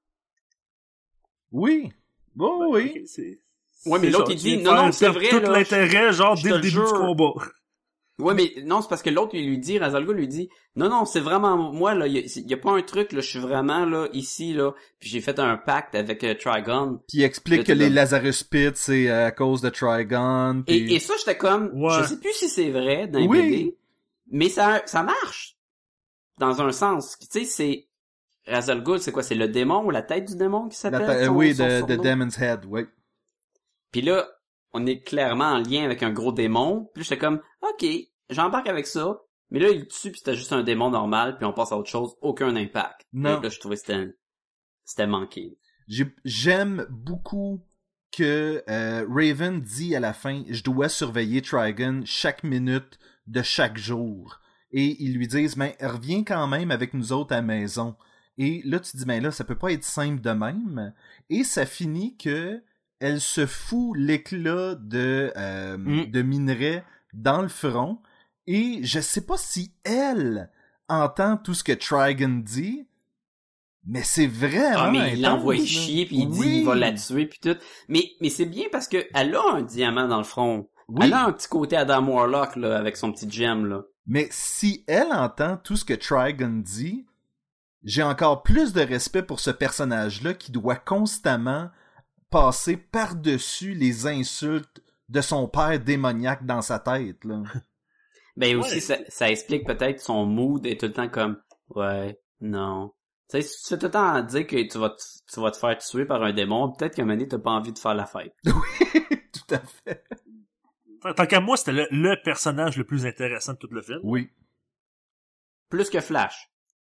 Oui. Oh, oui. Okay, ouais, mais l'autre, il dit, non, c'est vrai, tout là. L'intérêt, genre, dès le début du combat. Ouais, mais non, c'est parce que l'autre, il lui dit, Ra's al Ghul lui dit, non, c'est vraiment moi, là, il y a pas un truc, là, je suis vraiment, là, ici, là, puis j'ai fait un pacte avec Trigon. Puis il explique que les Lazarus Pit, c'est à cause de Trigon. Puis... Et ça, j'étais comme, je sais plus si c'est vrai dans les BD, mais ça marche. Dans un sens. Tu sais, c'est, Ra's al Ghul, c'est quoi? C'est le démon ou la tête du démon qui s'appelle? Oui, de Demon's Head, oui. Puis là, on est clairement en lien avec un gros démon. Puis là, j'étais comme, ok, j'embarque avec ça. Mais là, il tue, puis c'était juste un démon normal, puis on passe à autre chose, aucun impact. Non. Et là, je trouvais que c'était manqué. J'aime beaucoup que Raven dit à la fin, je dois surveiller Trigon chaque minute de chaque jour. Et ils lui disent, mais reviens quand même avec nous autres à la maison. Et là, tu te dis, ben là, ça peut pas être simple de même. Et ça finit que elle se fout l'éclat de minerai dans le front. Et je sais pas si elle entend tout ce que Trigon dit, mais c'est vraiment Ah, mais il l'envoie intense, chier, là. puis il dit Oui. il va la tuer, puis tout. Mais c'est bien parce que elle a un diamant dans le front. Oui. Elle a un petit côté Adam Warlock, là, avec son petit gem, là. Mais si elle entend tout ce que Trigon dit, j'ai encore plus de respect pour ce personnage-là qui doit constamment passer par-dessus les insultes de son père démoniaque dans sa tête, là. Ben Ouais. aussi, ça explique peut-être son mood est tout le temps comme « Ouais, non ». Tu sais, si tu fais tout le temps à dire que tu vas te faire tuer par un démon, peut-être qu'à un moment donné, t'as pas envie de faire la fête. Tout à fait. Tant qu'à moi, c'était le personnage le plus intéressant de tout le film. Oui. Plus que Flash.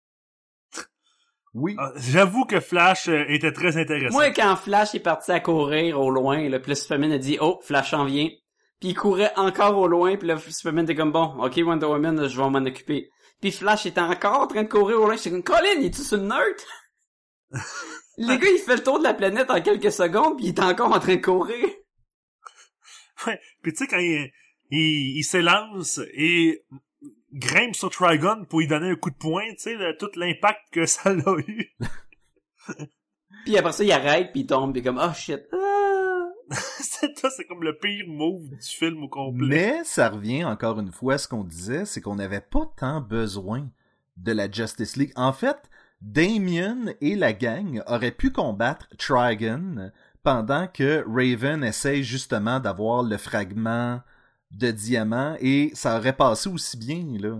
Oui. J'avoue que Flash était très intéressant. Moi, quand Flash est parti à courir au loin, là, puis là, Superman a dit « Oh, Flash en vient ». Puis il courait encore au loin, puis là, Superman était comme « Bon, ok, Wonder Woman, je vais m'en occuper ». Puis Flash était encore en train de courir au loin. J'étais comme « Colin, il est-tu sur le nerd? » Le gars, il fait le tour de la planète en quelques secondes, puis il est encore en train de courir. Ouais. Puis tu sais, quand il s'élance et grimpe sur Trigon pour lui donner un coup de poing, tu sais, tout l'impact que ça l'a eu. Puis après ça, il arrête, puis il tombe, puis comme « Oh shit! Ah! » c'est comme le pire move du film au complet. Mais ça revient encore une fois à ce qu'on disait, c'est qu'on n'avait pas tant besoin de la Justice League. En fait, Damien et la gang auraient pu combattre Trigon pendant que Raven essaye justement d'avoir le fragment de diamant et ça aurait passé aussi bien, là.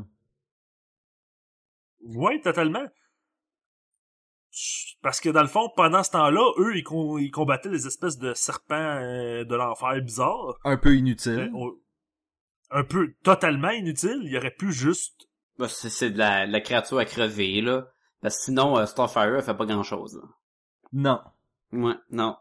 Ouais, totalement. Parce que dans le fond, pendant ce temps-là, eux, ils combattaient les espèces de serpents de l'enfer bizarres. Un peu inutile. Un peu totalement inutile. Il aurait pu juste... Ben, c'est de la créature à crever, là. Parce que sinon, Starfire, elle fait pas grand-chose, là. Non. Ouais, non.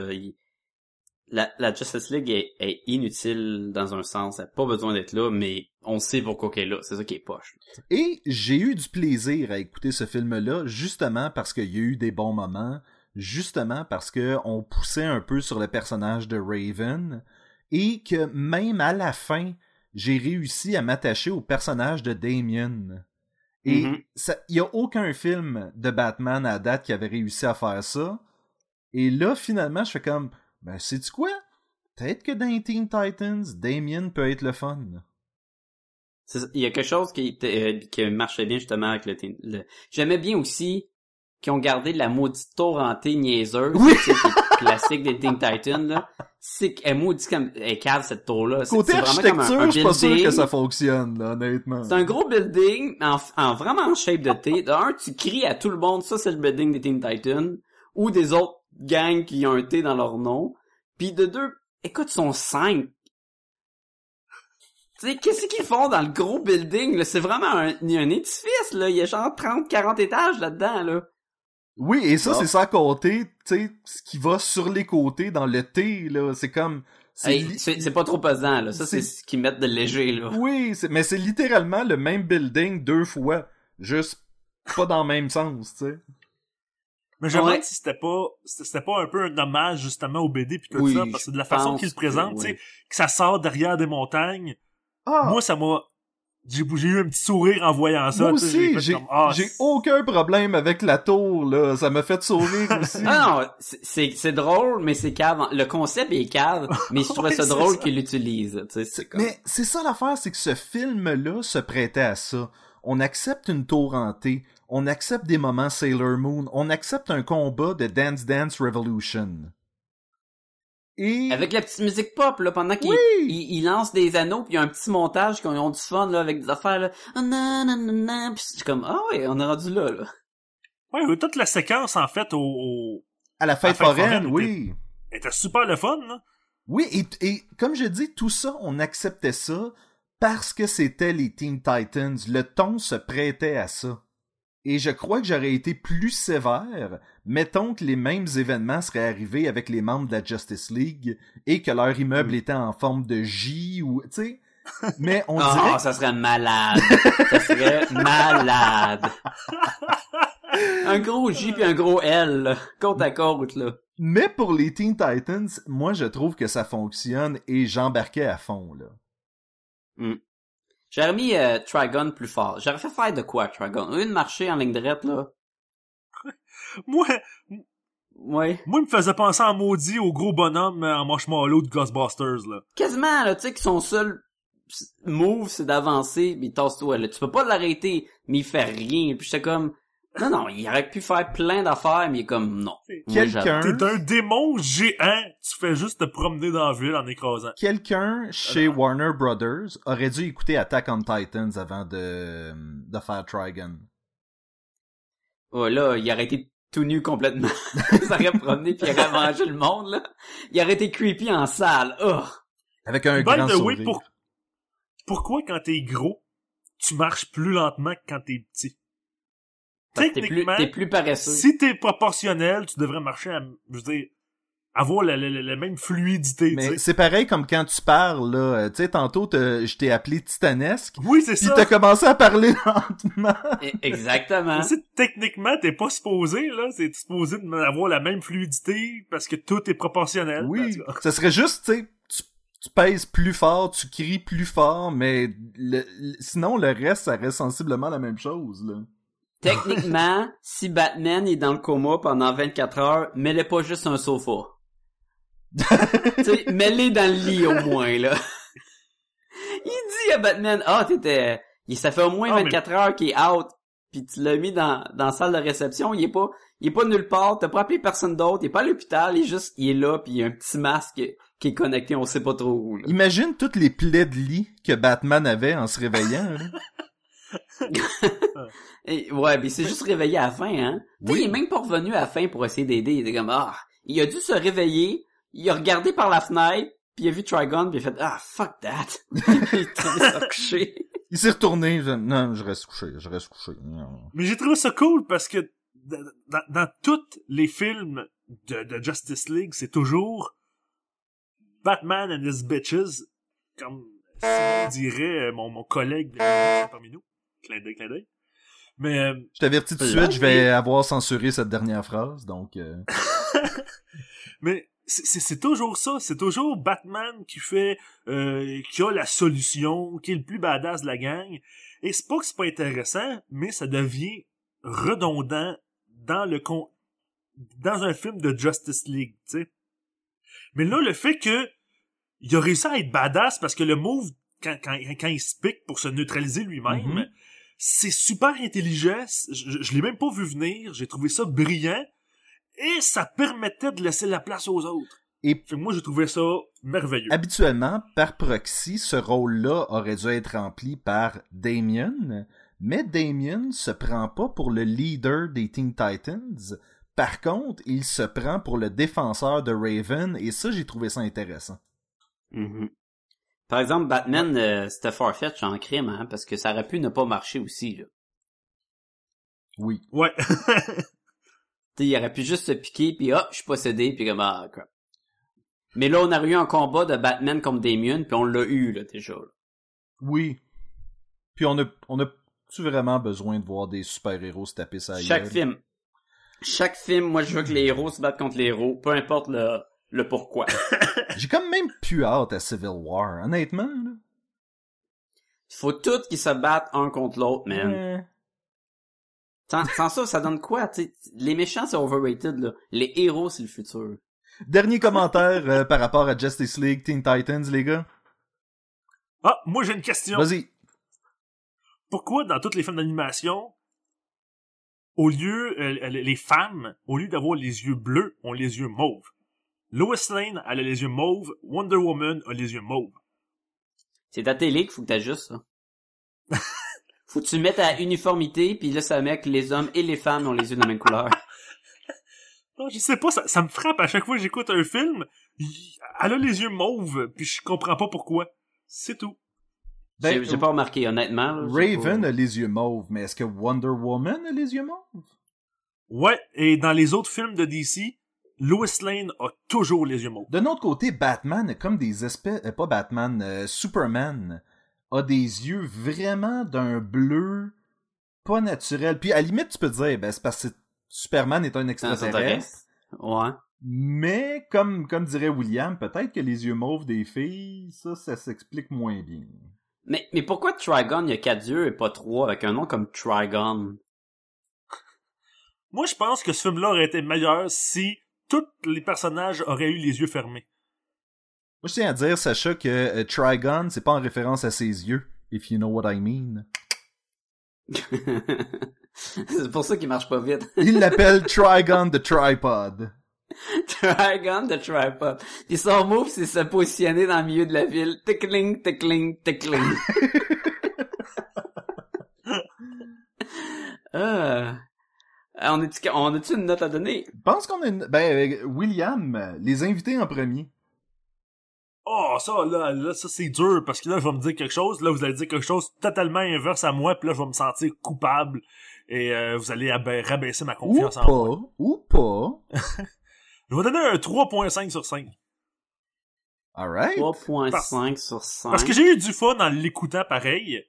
La Justice League est inutile dans un sens. Elle a pas besoin d'être là, mais on sait pourquoi qu'elle est là. C'est ça qui est poche. Et j'ai eu du plaisir à écouter ce film-là, justement parce qu'il y a eu des bons moments, justement parce que on poussait un peu sur le personnage de Raven, et que même à la fin, j'ai réussi à m'attacher au personnage de Damien. Et il y a aucun film de Batman à date qui avait réussi à faire ça. Et là, finalement, je fais comme, ben, sais-tu quoi? Peut-être que dans Teen Titans, Damien peut être le fun. Il y a quelque chose qui marchait bien justement avec le... J'aimais bien aussi qu'ils ont gardé la maudite tour hantée niaiseuse, Oui. tu sais, qui est classique des Teen Titans, là. C'est qu'elle maudit comme... Elle cave cette tour-là. Côté C'est vraiment architecture, comme un je suis pas sûr building. que ça fonctionne, là, honnêtement. C'est un gros building, en vraiment en shape de T. D'un, tu cries à tout le monde, ça c'est le building des Teen Titans, ou des autres gangs qui ont un T dans leur nom. Puis de deux, écoute, ils sont 5. Tu sais, qu'est-ce qu'ils font dans le gros building, là? C'est vraiment un édifice, là. Il y a genre 30, 40 étages là-dedans, là. Oui, et ça, Bon. c'est sans compter, tu sais, ce qui va sur les côtés dans le T, là. C'est comme... Hey, c'est pas trop pesant, là. Ça, c'est ce qu'ils mettent de léger, là. Oui, mais c'est littéralement le même building 2 fois. Juste pas dans le même sens, tu sais. Mais je me demande Ouais. si c'était pas un peu un hommage justement au BD puis tout Oui, ça, parce que de la façon pense qu'il le présente, que tu sais, oui. que ça sort derrière des montagnes. Ah! Moi, ça m'a... J'ai eu un petit sourire en voyant ça. Moi tu sais, aussi, fait comme, ah, j'ai aucun problème avec la tour, là. Ça m'a fait sourire aussi. Ah non, c'est drôle, mais c'est cave. Le concept est cave, mais je trouvais Ouais, ça c'est drôle ça. qu'il l'utilise, tu sais, c'est comme... Mais c'est ça l'affaire, c'est que ce film-là se prêtait à ça. On accepte une tour hantée, on accepte des moments Sailor Moon, on accepte un combat de Dance Dance Revolution. Et... Avec la petite musique pop, là, pendant qu'il Oui! il lance des anneaux, puis il y a un petit montage qui ont du fun, là, avec des affaires, là. Ah, nan, nan, nan, nan. Puis c'est comme, ah ouais, on est rendu là, là. Ouais, toute la séquence, en fait, à la fête foraine, oui. était super le fun, là. Oui, et comme je dis, tout ça, on acceptait ça parce que c'était les Teen Titans. Le ton se prêtait à ça. Et je crois que j'aurais été plus sévère, mettons que les mêmes événements seraient arrivés avec les membres de la Justice League et que leur immeuble était en forme de J ou, tu sais. Mais on dirait Oh, ça serait malade. Ça serait malade. Un gros J puis un gros L, là, côte à côte, là. Mais pour les Teen Titans, moi, je trouve que ça fonctionne et j'embarquais à fond, là. J'aurais mis Trigon plus fort. J'aurais fait faire de quoi, Trigon? Une marché en ligne droite, là. Moi, Ouais. il me faisait penser en maudit au gros bonhomme en marshmallow de Ghostbusters, là. Quasiment, là, tu sais, que son seul move, c'est d'avancer, mais tasse-toi, là. Tu peux pas l'arrêter, mais il fait rien. Puis j'étais comme, non, il aurait pu faire plein d'affaires, mais il est comme, non. Moi, Quelqu'un... T'es un démon géant, tu fais juste te promener dans la ville en écrasant. Quelqu'un chez Warner Brothers aurait dû écouter Attack on Titans avant de faire Trigon. Oh, là, il aurait été tout nu complètement. Ça aurait promené puis il aurait mangé le monde, là. Il aurait été creepy en salle. Oh! Avec un By grand the way, sourire. pourquoi quand t'es gros, tu marches plus lentement que quand t'es petit? Parce que Techniquement, t'es plus paresseux. si t'es proportionnel, tu devrais marcher à, je veux dire, avoir la même fluidité, tu Mais sais. c'est pareil comme quand tu parles, là. Tu sais, tantôt, je t'ai appelé titanesque. Oui, c'est Pis ça. t'as commencé à parler lentement. Exactement. Mais si techniquement, t'es pas supposé, là, c'est supposé avoir la même fluidité parce que tout est proportionnel. Oui. En tout cas. Ça serait juste, tu sais, tu pèses plus fort, tu cries plus fort, mais sinon, le reste, ça reste sensiblement la même chose, là. Techniquement, si Batman est dans le coma pendant 24 heures, mets-le pas juste un sofa. Tu sais, mets-le dans le lit au moins, là. Il dit à Batman, ça fait au moins 24 heures qu'il est out, pis tu l'as mis dans la salle de réception, il est pas nulle part, t'as pas appelé personne d'autre, il est pas à l'hôpital, il est là, pis il y a un petit masque qui est connecté, on sait pas trop où, là. Imagine toutes les plaies de lit que Batman avait en se réveillant, là. Et, ouais, mais c'est juste réveillé à la fin, hein. Tu sais, il est même pas revenu à la fin pour essayer d'aider. Il était comme, il a dû se réveiller, il a regardé par la fenêtre, puis il a vu Trigon, puis il a fait, fuck that. Il est tombé se coucher. Il s'est retourné, non, je reste couché. Non. Mais j'ai trouvé ça cool parce que dans tous les films de Justice League, c'est toujours Batman and his bitches, comme Simon dirait mon collègue parmi nous. Clin d'œil. Mais Je t'avertis tout de suite, je vais avoir censuré cette dernière phrase, donc... mais c'est toujours ça, c'est toujours Batman qui fait qui a la solution, qui est le plus badass de la gang. Et c'est pas que c'est pas intéressant, mais ça devient redondant dans un film de Justice League, tu sais. Mais là, le fait que il a réussi à être badass parce que le move quand il se pique pour se neutraliser lui-même, c'est super intelligent. Je l'ai même pas vu venir. J'ai trouvé ça brillant. Et ça permettait de laisser la place aux autres. Et moi, j'ai trouvé ça merveilleux. Habituellement, par proxy, ce rôle-là aurait dû être rempli par Damien, mais Damien se prend pas pour le leader des Teen Titans. Par contre, il se prend pour le défenseur de Raven, et ça, j'ai trouvé ça intéressant. Mm-hmm. Par exemple, Batman, c'était farfetch en crime, hein, parce que ça aurait pu ne pas marcher aussi, là. Oui. Ouais. T'sais, il aurait pu juste se piquer, puis je suis possédé, puis comme, crap. Mais là, on a eu un combat de Batman contre Damien, puis on l'a eu, là, déjà. Là. Oui. Puis on a-tu vraiment besoin de voir des super-héros se taper ça Chaque film, moi, je veux que les héros se battent contre les héros, peu importe le pourquoi. J'ai quand même plus hâte à Civil War, honnêtement, là. Il faut tous qu'ils se battent un contre l'autre, man. Sans ça donne quoi, tu sais? Les méchants, c'est overrated, là. Les héros, c'est le futur. Dernier commentaire par rapport à Justice League Teen Titans, les gars. Moi, j'ai une question. Vas-y. Pourquoi, dans tous les films d'animation, au lieu, les femmes, au lieu d'avoir les yeux bleus, ont les yeux mauves? Lois Lane, elle a les yeux mauves. Wonder Woman a les yeux mauves. C'est ta télé qu'il faut que t'ajustes, ça. Faut que tu mettes à uniformité, puis là, ça met que les hommes et les femmes ont les yeux de la même couleur. Non, je sais pas, ça me frappe à chaque fois que j'écoute un film. Elle a les yeux mauves, puis je comprends pas pourquoi. C'est tout. Ben, J'ai pas remarqué, honnêtement. Là, Raven a les yeux mauves, mais est-ce que Wonder Woman a les yeux mauves? Ouais, et dans les autres films de DC, Lois Lane a toujours les yeux mauves. D'un autre côté, Batman a comme des espèces... pas Batman, Superman a des yeux vraiment d'un bleu pas naturel. Puis à la limite, tu peux te dire, ben c'est parce que Superman est un extraterrestre. Ouais. Mais comme dirait William, peut-être que les yeux mauves des filles, ça s'explique moins bien. Mais pourquoi Trigon, il y a 4 yeux et pas 3 avec un nom comme Trigon? Moi, je pense que ce film-là aurait été meilleur si tous les personnages auraient eu les yeux fermés. Moi, je tiens à dire, Sacha, que Trigon, c'est pas en référence à ses yeux, if you know what I mean. C'est pour ça qu'il marche pas vite. Il l'appelle Trigon the Tripod. Trigon the Tripod. Puis son move, c'est se positionner dans le milieu de la ville. Tickling, tickling, tickling. On a-tu une note à donner? Je pense qu'on a une... Ben, William, les invités en premier. Oh, ça, là, ça, c'est dur, parce que là, je vais me dire quelque chose, là, vous allez dire quelque chose totalement inverse à moi, puis là, je vais me sentir coupable, et vous allez rabaisser ma confiance en moi. Ou pas. Je vais donner un 3.5 sur 5. Alright. 3.5 sur 5. Parce que j'ai eu du fun en l'écoutant pareil.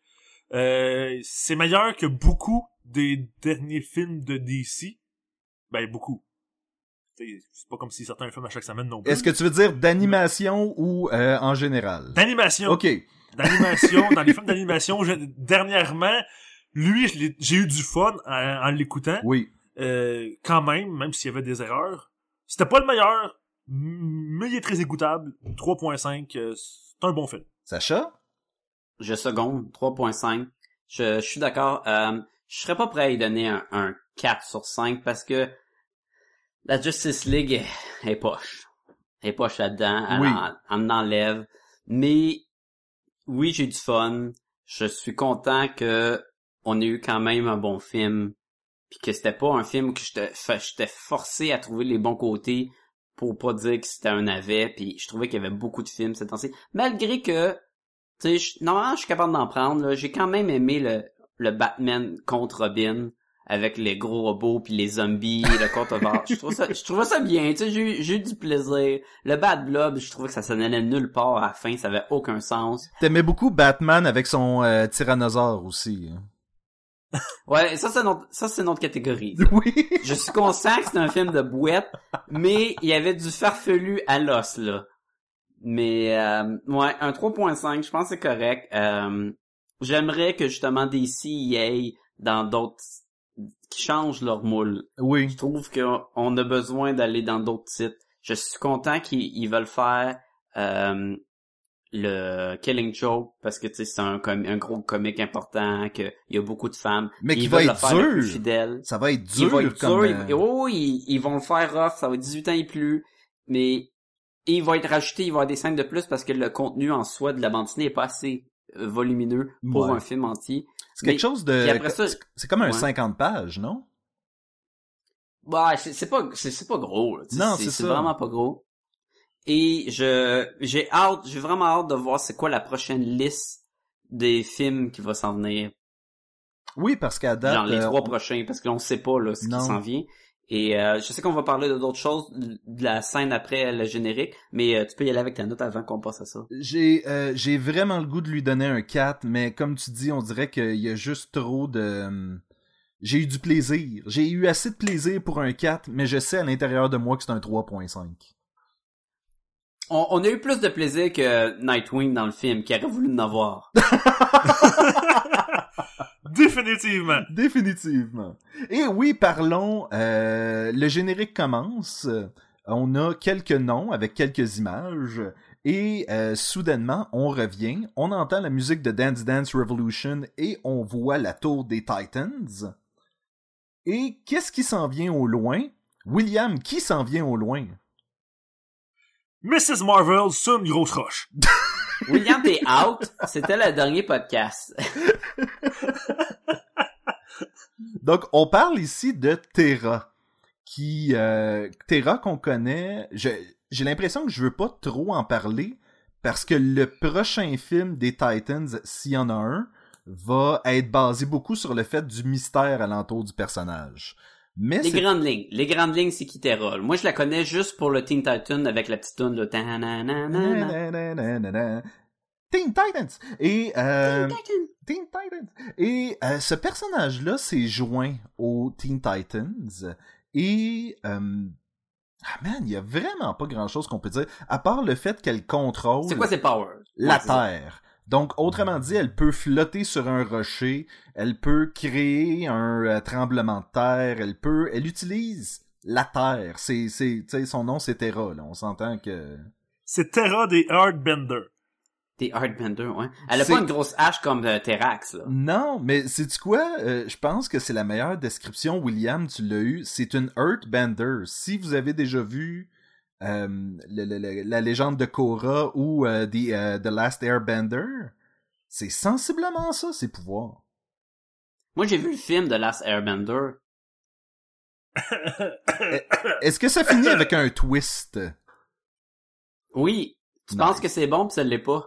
C'est meilleur que beaucoup des derniers films de DC. Ben, beaucoup. C'est pas comme si certains films à chaque semaine non plus. Est-ce que tu veux dire d'animation ou en général? D'animation. OK. D'animation, dans les films d'animation, dernièrement, lui, j'ai eu du fun en l'écoutant. Oui. Quand même s'il y avait des erreurs. C'était pas le meilleur, mais il est très écoutable. 3.5, c'est un bon film. Sacha? Je seconde, 3.5. Je suis d'accord. Je serais pas prêt à y donner un 4 sur 5 parce que la Justice League est poche. Elle est poche là-dedans. Elle Oui. en enlève. Mais oui, j'ai du fun. Je suis content que on ait eu quand même un bon film. Puis que c'était pas un film que j'étais forcé à trouver les bons côtés pour pas dire que c'était un navet. Puis je trouvais qu'il y avait beaucoup de films cette temps-ci. Malgré que, tu sais, normalement, je suis capable d'en prendre. Là. J'ai quand même aimé le Batman contre Robin avec les gros robots puis les zombies, le contre-var. Je trouvais ça bien. Tu sais, j'ai eu du plaisir. Le Bad Blood, je trouvais que ça s'en allait nulle part à la fin. Ça avait aucun sens. T'aimais beaucoup Batman avec son tyrannosaure aussi. Hein. Ouais, ça c'est une autre catégorie. Oui. Je suis conscient que c'est un film de bouette, mais il y avait du farfelu à l'os, là. Mais, ouais, un 3.5, je pense que c'est correct. J'aimerais que, justement, DC y aille dans d'autres... qui changent leur moule. Oui. Je trouve qu'on a besoin d'aller dans d'autres titres. Je suis content qu'ils veulent faire le Killing Joke parce que tu sais c'est un gros comique important, qu'il y a beaucoup de femmes. Mais qui ils va veulent être le faire le dur. plus fidèle. Ça va être dur. Il va être comme, dur. Ils vont le faire rough. Ça va être 18 ans et plus. Mais il va être rajouté. Il va y avoir des scènes de plus parce que le contenu en soi de la bande dessinée est pas assez volumineux pour un film entier. C'est quelque chose de... après ça, c'est comme un ouais. 50 pages, non? Ouais, c'est pas gros. Là. Non, c'est ça. vraiment pas gros. Et j'ai vraiment hâte de voir c'est quoi la prochaine liste des films qui va s'en venir. Oui, parce qu'à date... Genre les 3 prochains, parce que l'on sait pas là ce qui s'en vient. Et je sais qu'on va parler d'autres choses, de la scène après le générique, mais tu peux y aller avec ta note avant qu'on passe à ça. J'ai vraiment le goût de lui donner un 4, mais comme tu dis, on dirait qu'il y a juste trop de... J'ai eu du plaisir. J'ai eu assez de plaisir pour un 4, mais je sais à l'intérieur de moi que c'est un 3.5. On a eu plus de plaisir que Nightwing dans le film, qui aurait voulu en avoir. Définitivement. Définitivement. Et oui, parlons. Le générique commence. On a quelques noms avec quelques images. Et soudainement, on revient. On entend la musique de Dance Dance Revolution et on voit la tour des Titans. Et qu'est-ce qui s'en vient au loin? William, qui s'en vient au loin? Mrs. Marvel sur une grosse roche. William, t'es out. C'était le dernier podcast. Donc, on parle ici de Terra. Terra qu'on connaît... J'ai l'impression que je veux pas trop en parler parce que le prochain film des Titans, s'il y en a un, va être basé beaucoup sur le fait du mystère alentour du personnage. Mais Les grandes lignes, c'est qui Terra? Moi, je la connais juste pour le Teen Titan avec la petite toune, là. Ta-na-na-na-na. Teen Titans! Et, Teen Titans! Et ce personnage-là s'est joint aux Teen Titans. Et... ah man, il y a vraiment pas grand-chose qu'on peut dire, à part le fait qu'elle contrôle... C'est quoi ses powers? La Terre. Donc, autrement dit, elle peut flotter sur un rocher, elle peut créer un tremblement de terre, elle utilise la Terre. Tu sais, son nom c'est Terra, là. On s'entend que... C'est Terra des Earthbenders. Des Earthbenders, ouais. Elle a pas une grosse hache comme Terrax, là. Non, mais sais-tu quoi? Je pense que c'est la meilleure description, William, tu l'as eu. C'est une Earthbender. Si vous avez déjà vu la légende de Korra ou The Last Airbender, c'est sensiblement ça, ses pouvoirs. Moi, j'ai vu le film de Last Airbender. Est-ce que ça finit avec un twist? Oui. Tu penses que c'est bon pis ça l'est pas.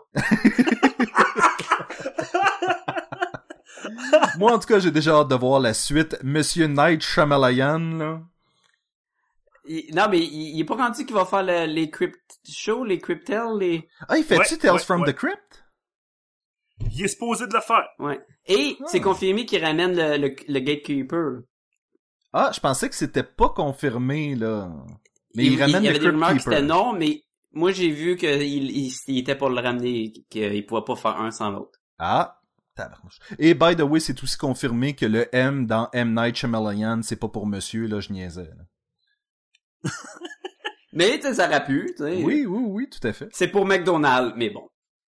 Moi, en tout cas, j'ai déjà hâte de voir la suite. Monsieur Night Shyamalan, là. Non, mais il est pas rendu qu'il va faire les Crypt Shows, les Cryptel, les... Ah, il fait-tu Tales from the Crypt? Il est supposé de le faire. Ouais. Et c'est confirmé qu'il ramène le Gatekeeper. Ah, je pensais que c'était pas confirmé, là. Mais il ramène il y le avait des rumeurs que Crypt c'était Keeper. non, mais moi j'ai vu qu'il était pour le ramener, qu'il pouvait pas faire un sans l'autre. Ah, tabarnouche. Et by the way, c'est aussi confirmé que le M dans M. Night Shyamalan, c'est pas pour monsieur, là, je niaisais. Là. Mais tu sais, ça aurait pu, tu sais. Oui, tout à fait. C'est pour McDonald's, mais bon.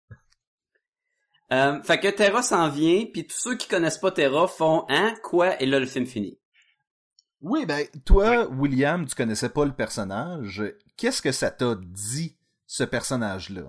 Fait que Terra s'en vient, puis tous ceux qui connaissent pas Terra font « Hein? Quoi? » Et là, le film finit. Oui, ben, toi, William, tu connaissais pas le personnage. Qu'est-ce que ça t'a dit, ce personnage-là?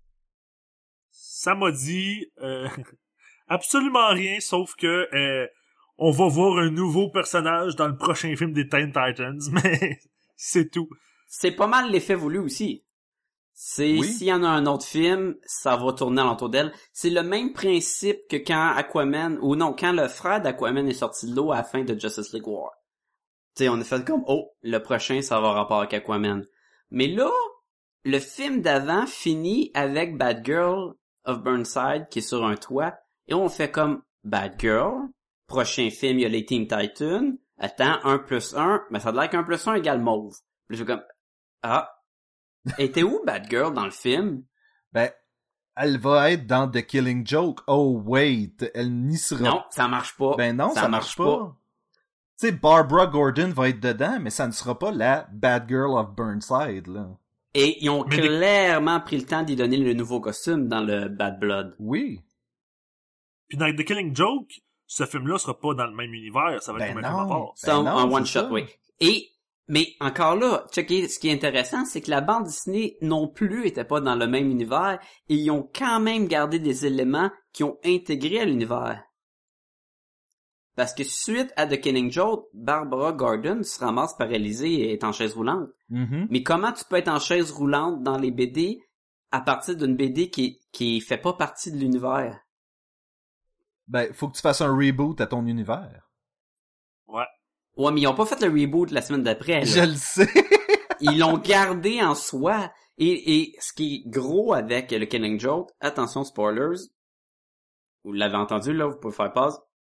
Ça m'a dit absolument rien, sauf que on va voir un nouveau personnage dans le prochain film des Teen Titans, mais c'est tout. C'est pas mal l'effet voulu aussi. C'est Oui. s'il y en a un autre film, ça va tourner alentour d'elle. C'est le même principe que quand quand le frère d'Aquaman est sorti de l'eau à la fin de Justice League War. Tu sais, on a fait comme, le prochain, ça va avoir rapport avec Aquaman. Mais là, le film d'avant finit avec Batgirl of Burnside qui est sur un toit, et on fait comme, Batgirl, prochain film, il y a les Teen Titans, attends, 1+1, mais ça a l'air qu'1 + 1 égale mauve. Puis je fais comme, et t'es où Batgirl dans le film? Ben, elle va être dans The Killing Joke. Oh, wait, elle n'y sera pas. Non, ça marche pas. Ben non, ça marche pas. Tu sais, Barbara Gordon va être dedans, mais ça ne sera pas la Batgirl of Burnside, là. Et ils ont clairement pris le temps d'y donner le nouveau costume dans le Bad Blood. Oui. Puis dans The Killing Joke, ce film-là sera pas dans le même univers, ça va être comme un film à part. C'est un non, one-shot, ça. oui. Mais encore là, checker, ce qui est intéressant, c'est que la bande dessinée non plus était pas dans le même univers, et ils ont quand même gardé des éléments qui ont intégré à l'univers. Parce que suite à The Killing Joke, Barbara Gordon se ramasse paralysée et est en chaise roulante. Mm-hmm. Mais comment tu peux être en chaise roulante dans les BD à partir d'une BD qui fait pas partie de l'univers? Ben, faut que tu fasses un reboot à ton univers. Ouais. Ouais, mais ils ont pas fait le reboot la semaine d'après, là. Je le sais. Ils l'ont gardé en soi. Et ce qui est gros avec le Killing Joke, attention spoilers, vous l'avez entendu là, vous pouvez faire pause.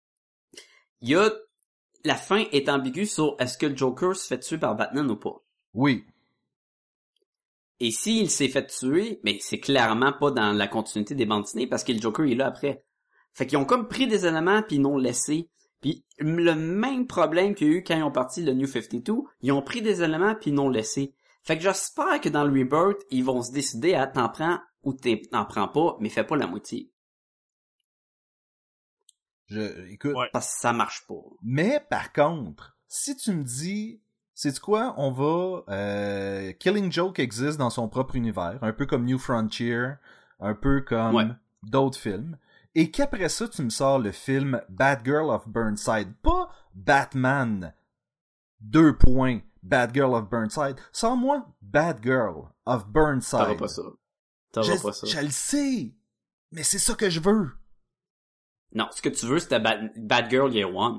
La fin est ambiguë sur est-ce que le Joker se fait tuer par Batman ou pas. Oui. Et s'il s'est fait tuer, mais c'est clairement pas dans la continuité des bandes dessinées parce que le Joker est là après. Fait qu'ils ont comme pris des éléments puis ils l'ont laissé. Puis le même problème qu'il y a eu quand ils ont parti le New 52, ils ont pris des éléments puis ils l'ont laissé. Fait que j'espère que dans le Rebirth, ils vont se décider à t'en prends ou t'en prends pas, mais fais pas la moitié. Écoute. Ouais. Parce que ça marche pas. Mais, par contre, si tu me dis, sais-tu quoi, on va, Killing Joke existe dans son propre univers, un peu comme New Frontier, un peu comme d'autres films, et qu'après ça, tu me sors le film Batgirl of Burnside, pas Batman, Batgirl of Burnside, sors-moi Batgirl of Burnside. T'auras pas ça. T'auras pas ça. Je le sais, mais c'est ça que je veux. Non, ce que tu veux, c'était Bad Girl Year One.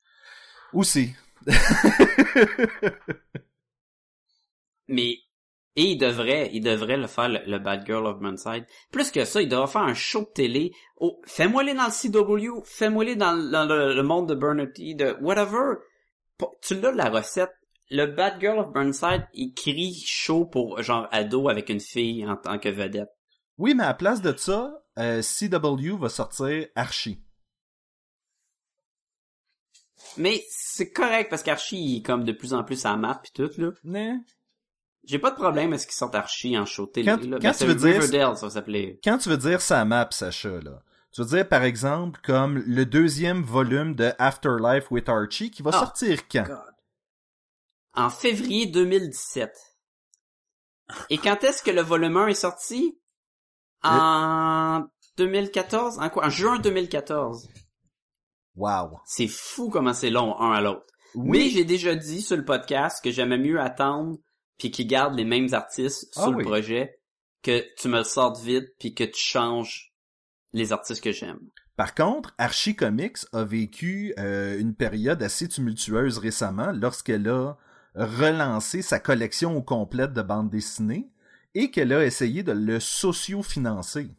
Aussi. Mais Et il devrait le faire, le Bad Girl of Burnside. Plus que ça, il devrait faire un show de télé. Oh, fais-moi-les dans le CW, fais-moi-les dans le monde de Bernard T, de whatever. Tu l'as, la recette. Le Bad Girl of Burnside, il crie show pour genre ado avec une fille en tant que vedette. Oui, mais à la place de ça, CW va sortir Archie. Mais c'est correct parce qu'Archie, il est comme de plus en plus à la map pis tout, là. Mais... J'ai pas de problème à ce qu'ils sortent Archie en show télé. Quand tu veux dire... Riverdale, ça s'appelait. Quand tu veux dire sa map, Sacha, là, tu veux dire, par exemple, comme le 2e volume de Afterlife with Archie qui va sortir quand? God. En février 2017. Et quand est-ce que le volume 1 est sorti? En 2014? En quoi? En juin 2014. Wow. C'est fou comment c'est long, un à l'autre. Oui. Mais j'ai déjà dit sur le podcast que j'aimais mieux attendre puis qu'ils gardent les mêmes artistes sur le projet, que tu me le sortes vite puis que tu changes les artistes que j'aime. Par contre, Archie Comics a vécu une période assez tumultueuse récemment lorsqu'elle a relancé sa collection au complète de bandes dessinées et qu'elle a essayé de le socio-financer.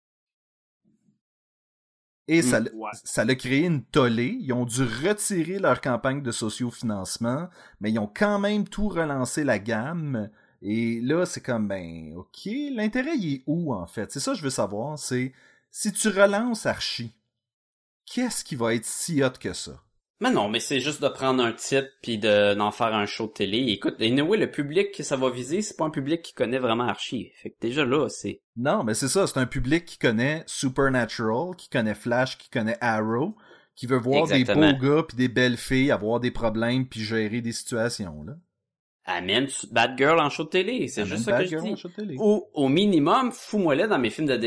Et ça l'a créé une tollée. Ils ont dû retirer leur campagne de socio-financement, mais ils ont quand même tout relancé la gamme. Et là, c'est comme, ok, l'intérêt, il est où, en fait? C'est ça que je veux savoir, c'est, si tu relances Archie, qu'est-ce qui va être si hot que ça? Mais non, mais c'est juste de prendre un titre puis d'en faire un show de télé. Écoute, anyway, le public que ça va viser, c'est pas un public qui connaît vraiment Archie. Fait que déjà là, c'est... Non, mais c'est ça, c'est un public qui connaît Supernatural, qui connaît Flash, qui connaît Arrow, qui veut voir des beaux gars puis des belles filles avoir des problèmes puis gérer des situations, là. Amène Bad Girl en show de télé, c'est juste ça que je dis. Ou, au minimum, fous-moi-le dans mes films de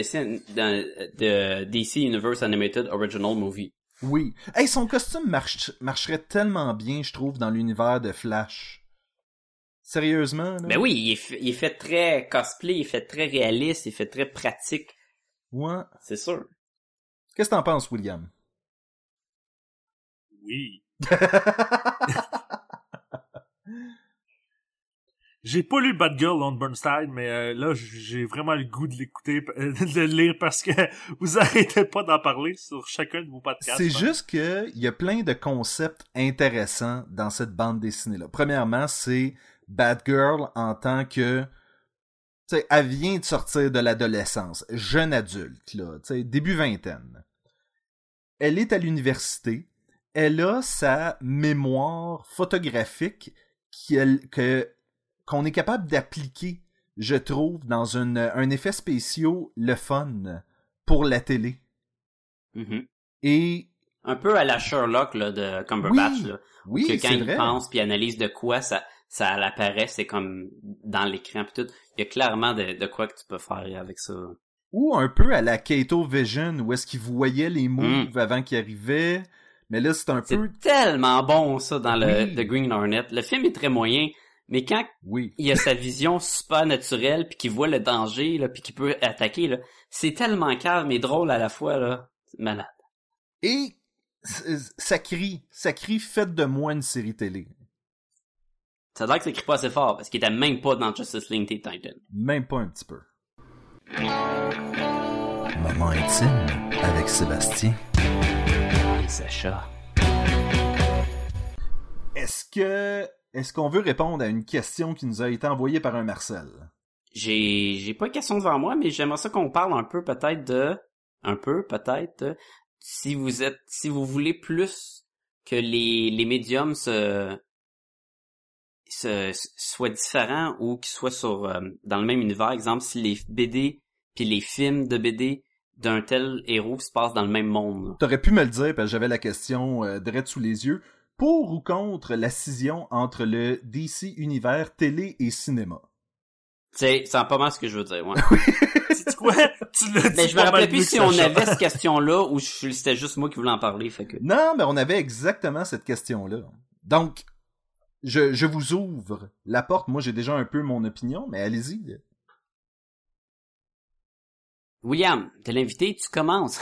DC Universe Animated Original Movie. Oui. Hey, son costume marcherait tellement bien, je trouve, dans l'univers de Flash. Sérieusement, là? Ben oui, il est fait très cosplay, il est fait très réaliste, il est fait très pratique. Ouais. C'est sûr. Qu'est-ce que t'en penses, William? Oui. J'ai pas lu Bad Girl on Bernstein, mais là, j'ai vraiment le goût de l'écouter, de le lire parce que vous arrêtez pas d'en parler sur chacun de vos podcasts. C'est juste que il y a plein de concepts intéressants dans cette bande dessinée-là. Premièrement, c'est Bad Girl en tant que... Tu sais, elle vient de sortir de l'adolescence, jeune adulte, là, tu sais, début vingtaine. Elle est à l'université, elle a sa mémoire photographique qu'on est capable d'appliquer, je trouve, dans un effet spécial le fun pour la télé. Mm-hmm. Et... un peu à la Sherlock là, de Cumberbatch, là. Oui, que quand il vrai. pense puis analyse de quoi, ça apparaît, c'est comme dans l'écran pis tout. Il y a clairement de quoi que tu peux faire avec ça. Ou un peu à la Kato Vision, où est-ce qu'il voyait les moves avant qu'ils arrivaient. Mais là, c'est un peu... C'est tellement bon, ça, dans The Green Hornet. Le film est très moyen, mais quand il y a sa vision super naturelle, puis qu'il voit le danger, là, puis qu'il peut attaquer, là, c'est tellement calme et drôle à la fois, là. C'est malade. Et ça crie, faites de moi une série télé. Ça a l'air que ça crie pas assez fort, parce qu'il était même pas dans Justice League Teen Titan. Même pas un petit peu. Moment intime avec Sébastien. Et Sacha. Est-ce qu'on veut répondre à une question qui nous a été envoyée par un Marcel? J'ai pas de question devant moi, mais j'aimerais ça qu'on parle un peu peut-être si vous voulez plus que les médiums soient différents ou qu'ils soient dans le même univers. Exemple, si les BD puis les films de BD d'un tel héros se passent dans le même monde. T'aurais pu me le dire parce que j'avais la question direct sous les yeux. Pour ou contre la scission entre le DC univers télé et cinéma? C'est pas mal ce que je veux dire, ouais. C'est quoi? Tu l'as dit. Mais je me rappelais plus si on avait cette question-là ou c'était juste moi qui voulais en parler, fait que... Non, mais on avait exactement cette question-là. Donc, je vous ouvre la porte. Moi, j'ai déjà un peu mon opinion, mais allez-y. William, t'es l'invité, tu commences.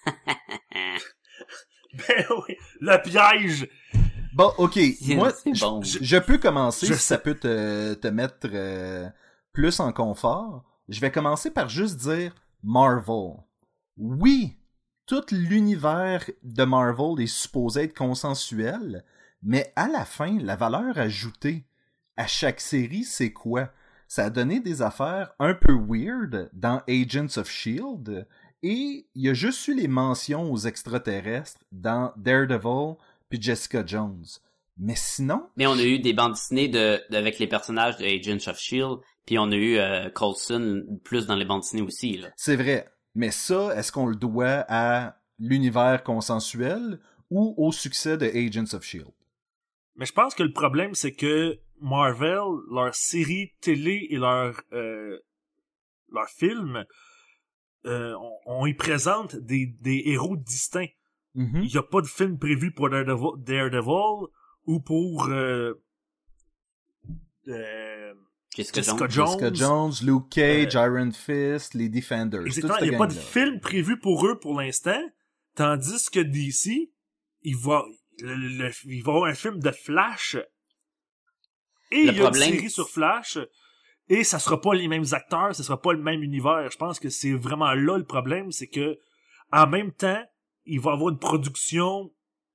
Ben oui, le piège! Bon, ok. Moi, bon. je peux commencer si ça peut te mettre plus en confort, je vais commencer par juste dire Marvel. Oui, tout l'univers de Marvel est supposé être consensuel, mais à la fin, la valeur ajoutée à chaque série, c'est quoi? Ça a donné des affaires un peu weird dans Agents of S.H.I.E.L.D. et il y a juste eu les mentions aux extraterrestres dans Daredevil puis Jessica Jones. Mais sinon... Mais on a eu des bandes dessinées avec les personnages de Agents of S.H.I.E.L.D. Puis on a eu Coulson plus dans les bandes dessinées aussi, là. C'est vrai. Mais ça, est-ce qu'on le doit à l'univers consensuel ou au succès de Agents of S.H.I.E.L.D.? Mais je pense que le problème, c'est que Marvel, leurs séries télé et leurs films, on y présente des héros distincts. Mm-hmm. Il n'y a pas de film prévu pour Daredevil ou pour Jessica Jones. Jessica Jones, Luke Cage, Iron Fist, les Defenders. Exactement, il n'y a pas de film prévu pour eux pour l'instant, tandis que DC, il va y avoir un film de Flash et il y a une série sur Flash et ça sera pas les mêmes acteurs, ça sera pas le même univers. Je pense que c'est vraiment là le problème, c'est que en même temps, il va y avoir une production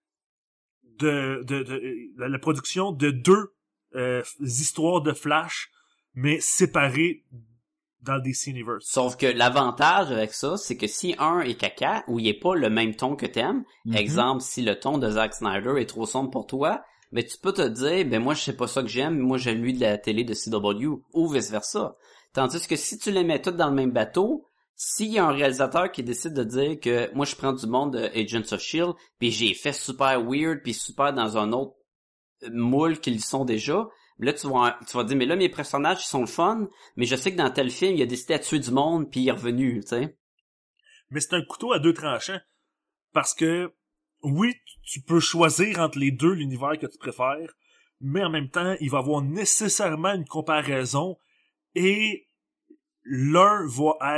la production de deux histoires de Flash, mais séparées dans le DC Universe. Sauf que l'avantage avec ça, c'est que si un est caca, ou il est pas le même ton que t'aimes, exemple, si le ton de Zack Snyder est trop sombre pour toi, ben tu peux te dire, ben moi je sais pas ça que j'aime, moi j'aime lui de la télé de CW, ou vice versa. Tandis que si tu les mets tous dans le même bateau, s'il y a un réalisateur qui décide de dire que moi je prends du monde de Agents of S.H.I.E.L.D. puis j'ai fait super weird puis super dans un autre moule qu'ils sont déjà, là tu vas dire mais là mes personnages ils sont le fun, mais je sais que dans tel film il a décidé de tuer du monde puis il est revenu, tu sais. Mais c'est un couteau à deux tranchants parce que oui, tu peux choisir entre les deux l'univers que tu préfères, mais en même temps, il va y avoir nécessairement une comparaison et l'un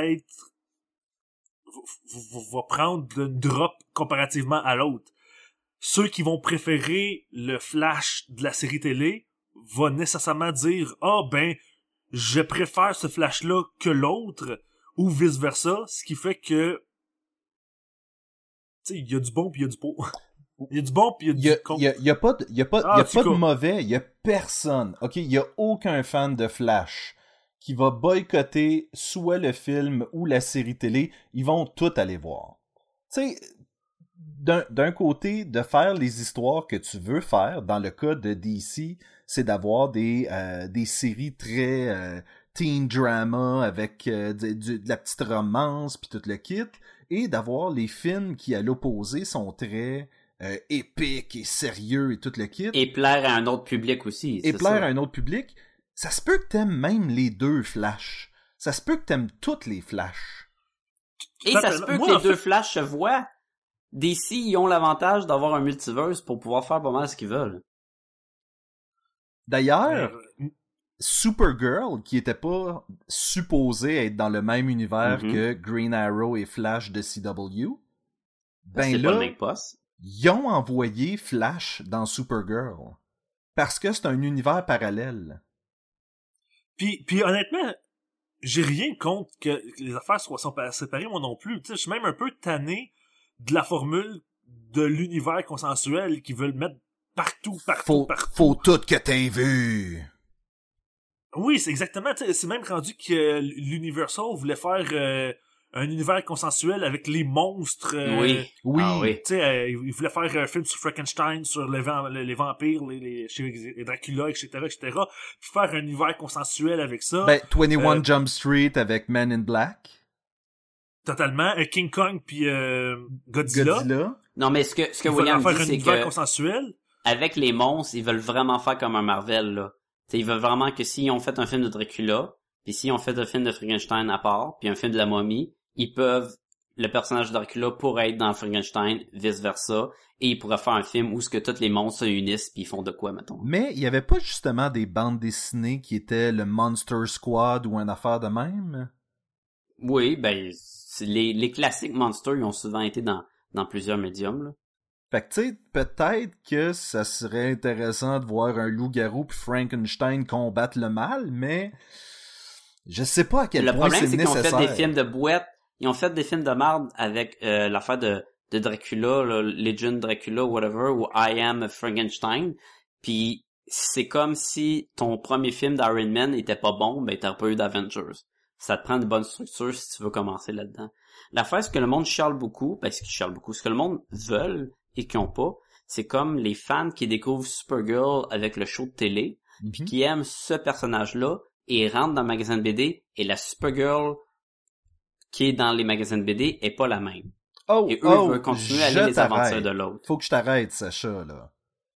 va prendre une drop comparativement à l'autre. Ceux qui vont préférer le Flash de la série télé vont nécessairement dire « Ah ben, je préfère ce Flash-là que l'autre » ou vice-versa, ce qui fait que tu sais, il y a du bon puis il y a du pot. Il y a du bon puis il y a du con. Il y a pas de mauvais, il y a personne. OK, il y a aucun fan de Flash qui va boycotter soit le film ou la série télé, ils vont tout aller voir. Tu sais, d'un côté, de faire les histoires que tu veux faire, dans le cas de DC, c'est d'avoir des séries très teen drama avec de la petite romance puis tout le kit, et d'avoir les films qui, à l'opposé, sont très épiques et sérieux et tout le kit. Et plaire à un autre public aussi. Et plaire à un autre public. Ça se peut que t'aimes même les deux Flash. Ça se peut que t'aimes toutes les Flash. Et ça se peut que les deux Flash se voient. DC, ils ont l'avantage d'avoir un multiverse pour pouvoir faire pas mal ce qu'ils veulent. D'ailleurs, Supergirl, qui était pas supposé être dans le même univers que Green Arrow et Flash de CW, ben là, ils ont envoyé Flash dans Supergirl. Parce que c'est un univers parallèle. Puis honnêtement, j'ai rien contre que les affaires soient séparées, moi non plus. Tu sais, je suis même un peu tanné de la formule de l'univers consensuel qu'ils veulent mettre partout. Faut tout que t'aies vu. Oui, c'est exactement. C'est même rendu que l'Universal voulait faire un univers consensuel avec les monstres. Oui. Ah, oui. Tu sais, il voulait faire un film sur Frankenstein, sur les vampires, les Dracula, etc., etc. Puis faire un univers consensuel avec ça. Ben, 21 Jump Street avec Men in Black. Totalement. King Kong puis Godzilla. Non, mais ce que William dit, c'est que consensuel. Avec les monstres, ils veulent vraiment faire comme un Marvel, là. T'sais, ils veulent vraiment que s'ils ont fait un film de Dracula, puis s'ils ont fait un film de Frankenstein à part, puis un film de la momie, le personnage de Dracula pourrait être dans Frankenstein, vice-versa, et ils pourraient faire un film où ce que tous les monstres se unissent puis ils font de quoi, mettons. Mais il y avait pas justement des bandes dessinées qui étaient le Monster Squad ou une affaire de même? Oui, ben, les classiques Monsters, ils ont souvent été dans plusieurs médiums, là. Fait que tu sais, peut-être que ça serait intéressant de voir un loup-garou puis Frankenstein combattre le mal, mais Je sais pas à quel Le point problème, c'est c'est qu'ils ont nécessaire. fait des films de boîte. Ils ont fait des films de merde avec l'affaire de Dracula, là, Legend Dracula, whatever, ou I Am Frankenstein. Puis c'est comme si ton premier film d'Iron Man était pas bon, ben t'as pas eu d'Avengers. Ça te prend une bonne structure si tu veux commencer là-dedans. L'affaire, c'est que le monde chiale beaucoup, ce que le monde veut et qu'ils ont pas, c'est comme les fans qui découvrent Supergirl avec le show de télé, puis qui aiment ce personnage-là, et rentrent dans le magasin de BD, et la Supergirl qui est dans les magasins de BD est pas la même. Et eux veulent continuer à aller les aventures de l'autre. Faut que je t'arrête, Sacha, là.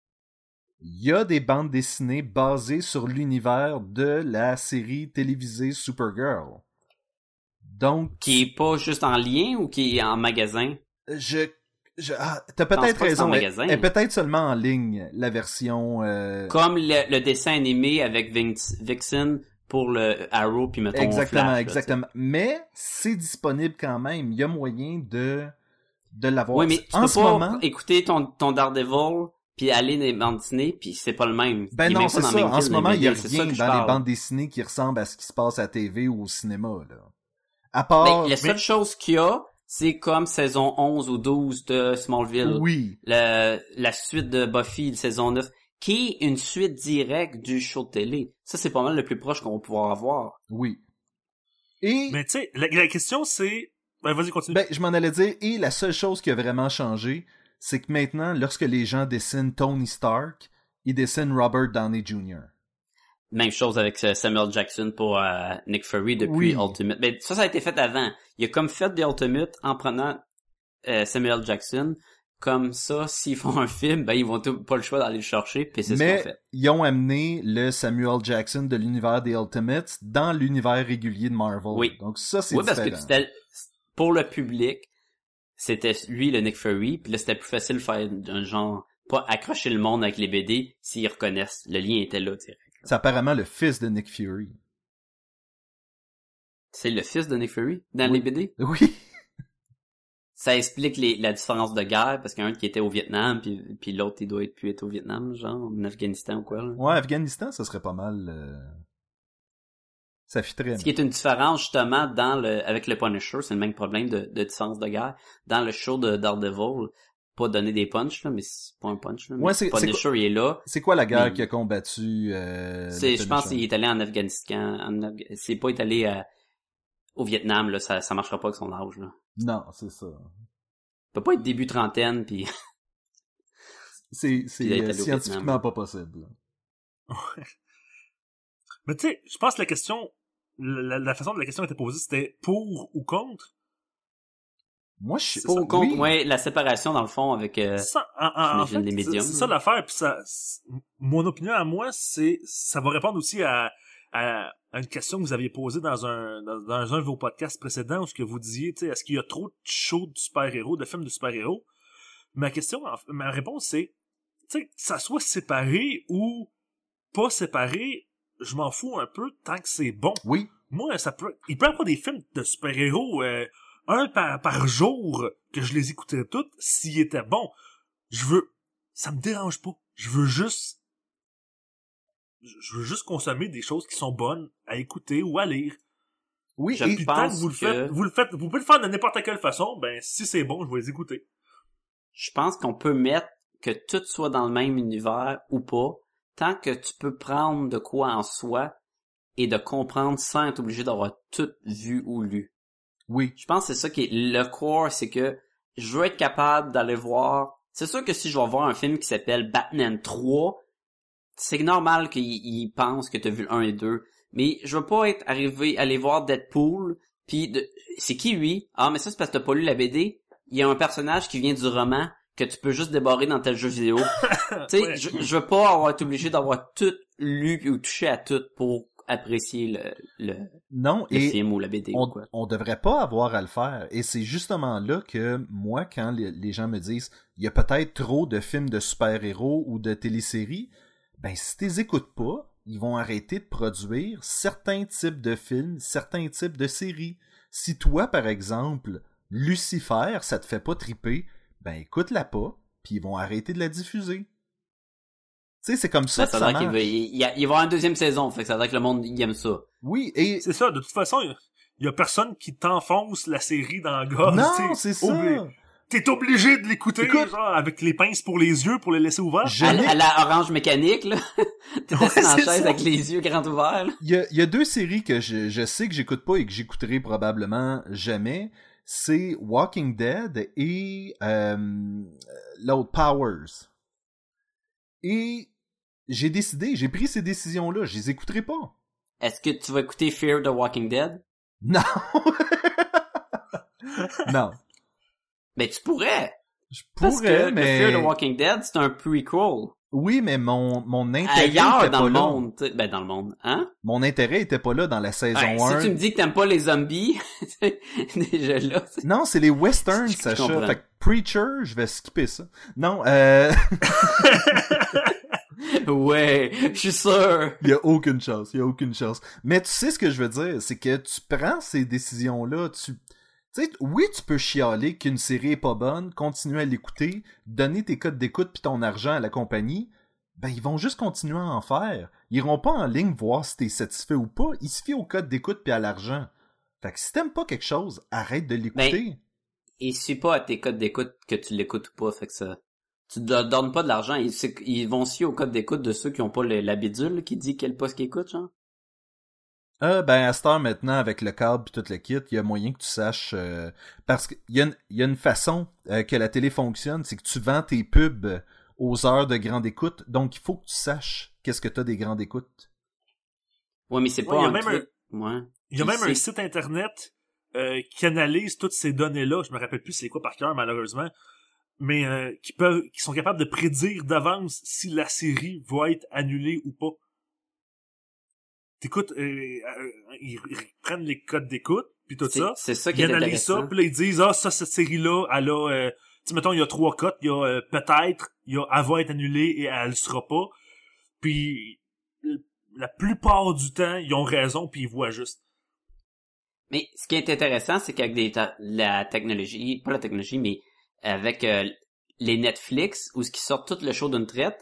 Il y a des bandes dessinées basées sur l'univers de la série télévisée Supergirl. Donc... Qui est pas juste en lien ou qui est en magasin? T'as peut-être raison. Elle magasin. est peut-être seulement en ligne, la version... Comme le dessin animé avec Vixen pour le Arrow puis mettons Exactement, Flash, exactement. Là, mais c'est disponible quand même. Il y a moyen de l'avoir. Oui, mais tu en peux ce pas moment... écouter ton Daredevil puis aller dans les bandes dessinées puis c'est pas le même. Ben non, c'est ça. En ce moment, il y a rien dans parle. les bandes dessinées qui ressemble à ce qui se passe à la TV ou au cinéma, là. À part... la seule chose qu'il y a, c'est comme saison 11 ou 12 de Smallville. Oui. La suite de Buffy, saison 9, qui est une suite directe du show de télé. Ça, c'est pas mal le plus proche qu'on va pouvoir avoir. Oui. Et... Mais tu sais, la question c'est... Ben, vas-y, continue. Ben, je m'en allais dire, et la seule chose qui a vraiment changé, c'est que maintenant, lorsque les gens dessinent Tony Stark, ils dessinent Robert Downey Jr. Même chose avec Samuel Jackson pour Nick Fury depuis Ultimate. Ben, ça a été fait avant. Il a comme fait The Ultimate en prenant Samuel Jackson. Comme ça, s'ils font un film, ben ils vont pas le choix d'aller le chercher, puis c'est ce qu'ils ont fait. Mais ils ont amené le Samuel Jackson de l'univers des Ultimates dans l'univers régulier de Marvel. Oui. Donc ça, c'est différent. différent. Parce que c'était, pour le public, c'était lui le Nick Fury, puis là c'était plus facile de faire un genre, pas accrocher le monde avec les BD s'ils reconnaissent. Le lien était là, direct. C'est apparemment le fils de Nick Fury. C'est le fils de Nick Fury dans les BD? Oui. Ça explique la différence de guerre, parce qu'il y en a un qui était au Vietnam, puis l'autre, il doit plus être au Vietnam, genre, en Afghanistan ou quoi, là. Ouais, Afghanistan, ça serait pas mal... Ça fitterait. Ce qui est une différence, justement, avec le Punisher, c'est le même problème de différence de guerre. Dans le show de Daredevil, pas donner des punchs, là, mais c'est pas un punch, là. Ouais, mais Punisher, il est là. C'est quoi la guerre qui a combattu, je pense qu'il est allé en Afghanistan. C'est pas est allé au Vietnam, là, ça marchera pas avec son âge, là. Non, c'est ça. Il peut pas être début trentaine, puis... c'est scientifiquement pas possible. Mais tu sais, je pense que la question, la façon dont la question était posée, c'était pour ou contre. Moi, je pour ou contre, ouais, la séparation dans le fond avec en fait, les médiums. C'est ça l'affaire, puis mon opinion à moi, ça va répondre aussi à une question que vous aviez posée dans un de vos podcasts précédents où ce que vous disiez, tu sais, est-ce qu'il y a trop de shows de super-héros, de films de super-héros? Ma réponse c'est, tu sais, que ça soit séparé ou pas séparé, je m'en fous un peu tant que c'est bon. Oui. Moi, il peut y avoir des films de super-héros, un par jour, que je les écouterais toutes s'ils étaient bons. Ça me dérange pas. Je veux juste consommer des choses qui sont bonnes à écouter ou à lire. Oui, je pense que vous pouvez le faire de n'importe quelle façon, ben, si c'est bon, je vais les écouter. Je pense qu'on peut mettre que tout soit dans le même univers ou pas, tant que tu peux prendre de quoi en soi et de comprendre sans être obligé d'avoir tout vu ou lu. Oui. Je pense que c'est ça qui est le core, c'est que je veux être capable d'aller voir. C'est sûr que si je vais voir un film qui s'appelle Batman 3, c'est normal qu'il pense que t'as vu le 1 et 2. Mais je veux pas être arrivé à aller voir Deadpool, puis c'est qui lui? Ah, mais ça c'est parce que t'as pas lu la BD. Il y a un personnage qui vient du roman que tu peux juste débarrer dans tel jeu vidéo. Tu sais, je veux pas avoir été obligé d'avoir tout lu ou touché à tout pour apprécier le film ou la BD ou quoi. On devrait pas avoir à le faire. Et c'est justement là que moi, quand les gens me disent il y a peut-être trop de films de super-héros ou de téléséries, ben si t'es écoutes pas, ils vont arrêter de produire certains types de films, certains types de séries. Si toi, par exemple, Lucifer, ça te fait pas triper, ben écoute-la pas, puis ils vont arrêter de la diffuser. Tu sais, c'est comme ça que ça marche. Il va y avoir une deuxième saison, fait que ça veut dire que le monde il aime ça. Oui, et... C'est ça, de toute façon, il y a personne qui t'enfonce la série dans la gorge. Non, t'sais, c'est ça! T'es obligé de l'écouter, Écoute, genre, avec les pinces pour les yeux, pour les laisser ouverts. À la orange mécanique, là. T'es assis dans la c'est chaise ça. avec les yeux grands ouverts, là. Il y a deux séries que je sais que j'écoute pas et que j'écouterai probablement jamais. C'est Walking Dead et l'autre Powers. Et j'ai pris ces décisions-là, je les écouterai pas. Est-ce que tu vas écouter Fear the Walking Dead? Non! Non. Ben, tu pourrais. Je Parce que pourrais, mais... Fear the Walking Dead, c'est un prequel. Oui, mais mon intérêt Ailleurs était dans pas le là. monde. Ben, dans le monde. Hein? Mon intérêt était pas là dans la saison Ouais, 1. si tu me dis que t'aimes pas les zombies, déjà là. Non, c'est les westerns, Je Sacha. comprends. Fait que Preacher, je vais skipper ça. Non, Ouais, je suis sûr. il y a aucune chance. Mais tu sais ce que je veux dire, c'est que tu prends ces décisions-là, tu sais, oui, tu peux chialer qu'une série est pas bonne, continuer à l'écouter, donner tes codes d'écoute puis ton argent à la compagnie, ben ils vont juste continuer à en faire. Ils iront pas en ligne voir si t'es satisfait ou pas, ils se fient au code d'écoute puis à l'argent. Fait que si t'aimes pas quelque chose, arrête de l'écouter. Il suit pas à tes codes d'écoute que tu l'écoutes ou pas, fait que ça... Tu ne donnes pas de l'argent, ils vont suivre au code d'écoute de ceux qui ont pas la bidule qui dit quel poste qu'ils écoutent, genre. Ben à cette heure maintenant, avec le câble pis tout le kit, il y a moyen que tu saches... parce qu'il y a une façon que la télé fonctionne, c'est que tu vends tes pubs aux heures de grande écoute, donc il faut que tu saches qu'est-ce que t'as des grandes écoutes. Ouais, mais c'est pas Ouais, il y a un même truc... Ouais. Il y a Puis même un site internet qui analyse toutes ces données-là. Je me rappelle plus c'est quoi par cœur, malheureusement. Mais qui sont capables de prédire d'avance si la série va être annulée ou pas. T'écoutes, ils prennent les codes d'écoute, puis tout ça. C'est ça qui Ils est analysent ça, intéressant. puis là, ils disent, cette série-là, elle a... tu sais, mettons, il y a 3 cotes. Il y a peut-être, elle va être annulée et elle le sera pas. Puis la plupart du temps, ils ont raison, puis ils voient juste. Mais ce qui est intéressant, c'est qu'avec la technologie, pas la technologie, mais avec les Netflix, où ce qui sort tout le show d'une traite,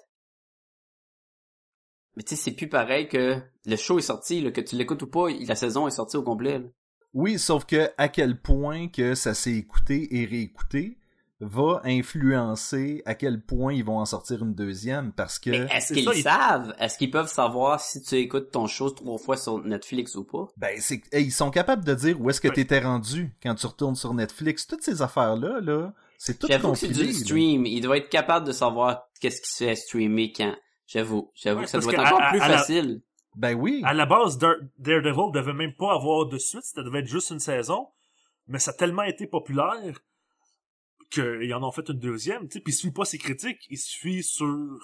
mais tu sais, c'est plus pareil que le show est sorti, là, que tu l'écoutes ou pas, la saison est sortie au complet. Là. Oui, sauf que à quel point que ça s'est écouté et réécouté va influencer à quel point ils vont en sortir une deuxième, parce que... Mais est-ce c'est qu'ils ça, savent? Est-ce qu'ils peuvent savoir si tu écoutes ton show 3 fois sur Netflix ou pas? Ben, ils sont capables de dire où est-ce que t'étais rendu quand tu retournes sur Netflix. Toutes ces affaires-là, là, c'est tout J'avoue que c'est compilé. du là. stream. Il doit être capable de savoir qu'est-ce qui se fait streamer quand. J'avoue Ouais, que ça parce doit être que encore plus à la- facile. Ben oui. À la base, Daredevil devait même pas avoir de suite, ça devait être juste une saison, mais ça a tellement été populaire qu'ils en ont fait une deuxième, tu sais, puis il suit pas ses critiques, il suit sur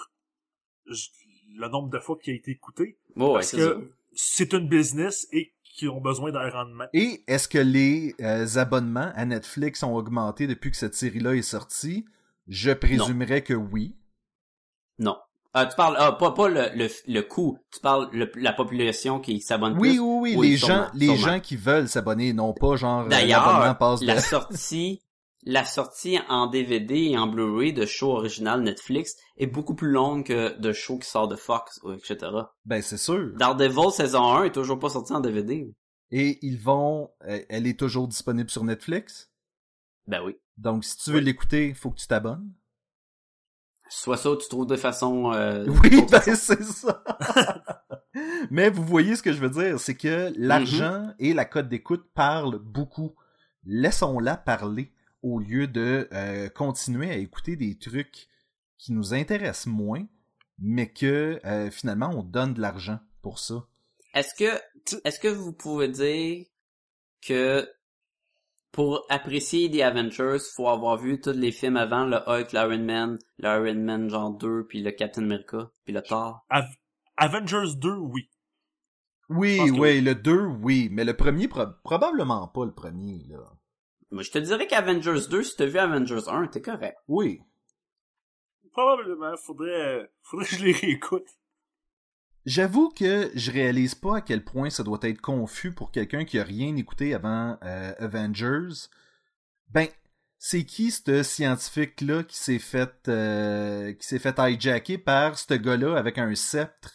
le nombre de fois qu'il a été écouté, Oh, ouais, parce c'est ça. que c'est une business et qu'ils ont besoin d'un rendement. Et est-ce que les abonnements à Netflix ont augmenté depuis que cette série-là est sortie? Je présumerais que oui. Non. Tu parles pas le coût, tu parles la population qui s'abonne Oui, plus. oui, Oui, les sûrement, gens sûrement. qui veulent s'abonner, non pas genre l'abonnement D'ailleurs, passe de... la sortie en DVD et en Blu-ray de shows original Netflix est beaucoup plus longue que de shows qui sortent de Fox, etc. Ben c'est sûr. Daredevil saison 1 est toujours pas sorti en DVD. Et ils vont... elle est toujours disponible sur Netflix. Ben oui. Donc si tu veux l'écouter, faut que tu t'abonnes. Soit ça, ou tu trouves de façon... Oui, d'autres ben façons. c'est ça. Mais vous voyez ce que je veux dire, c'est que l'argent et la cote d'écoute parlent beaucoup. Laissons-la parler au lieu de continuer à écouter des trucs qui nous intéressent moins, mais que finalement on donne de l'argent pour ça. Est-ce que vous pouvez dire que pour apprécier The Avengers, faut avoir vu tous les films avant, le Hulk, l'Iron Man genre 2, puis le Captain America, puis le Thor? Avengers 2, oui. Oui, Je pense que oui, le 2, oui, mais le premier, probablement pas le premier, là. Moi, je te dirais qu'Avengers 2, si t'as vu Avengers 1, t'es correct. Oui. Probablement, faudrait que je les réécoute. J'avoue que je réalise pas à quel point ça doit être confus pour quelqu'un qui a rien écouté avant Avengers. Ben, c'est qui ce scientifique-là qui s'est fait hijacker par ce gars-là avec un sceptre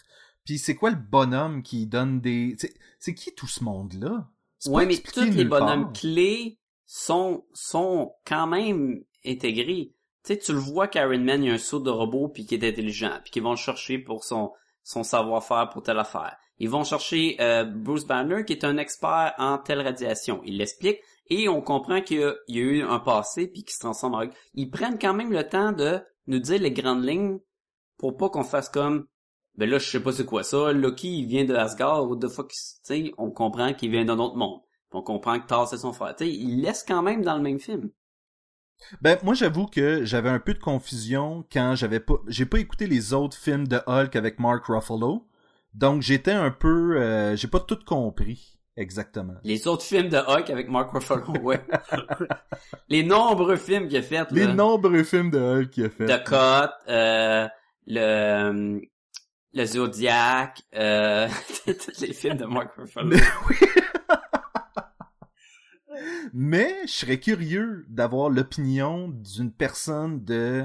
Puis c'est quoi le bonhomme qui donne des... C'est qui tout ce monde-là? C'est Ouais, pas mais expliqué tous les nulle bonhommes part. clés sont quand même intégrés. Tu sais, tu le vois qu'Iron Man, il y a un saut de robot puis qu'il est intelligent, puis qu'ils vont le chercher pour son savoir-faire pour telle affaire. Ils vont chercher Bruce Banner, qui est un expert en telle radiation. Il l'explique, et on comprend qu'il y a eu un passé puis qu'il se transforme en Hulk. Ils prennent quand même le temps de nous dire les grandes lignes pour pas qu'on fasse comme ben là, je sais pas c'est quoi ça. Loki, il vient de Asgard, what the fuck, tu sais, on comprend qu'il vient d'un autre monde. Puis on comprend que Thor, c'est son frère. Tu sais, il laisse quand même dans le même film. Ben, moi, j'avoue que j'avais un peu de confusion quand j'ai pas écouté les autres films de Hulk avec Mark Ruffalo. Donc, j'étais un peu, j'ai pas tout compris. Exactement. Les autres films de Hulk avec Mark Ruffalo, ouais. Les nombreux films qu'il a fait, là. Les nombreux films de Hulk qu'il a fait. The Cut, le Zodiac, tous les films de Mark Ruffalo. Mais je serais curieux d'avoir l'opinion d'une personne de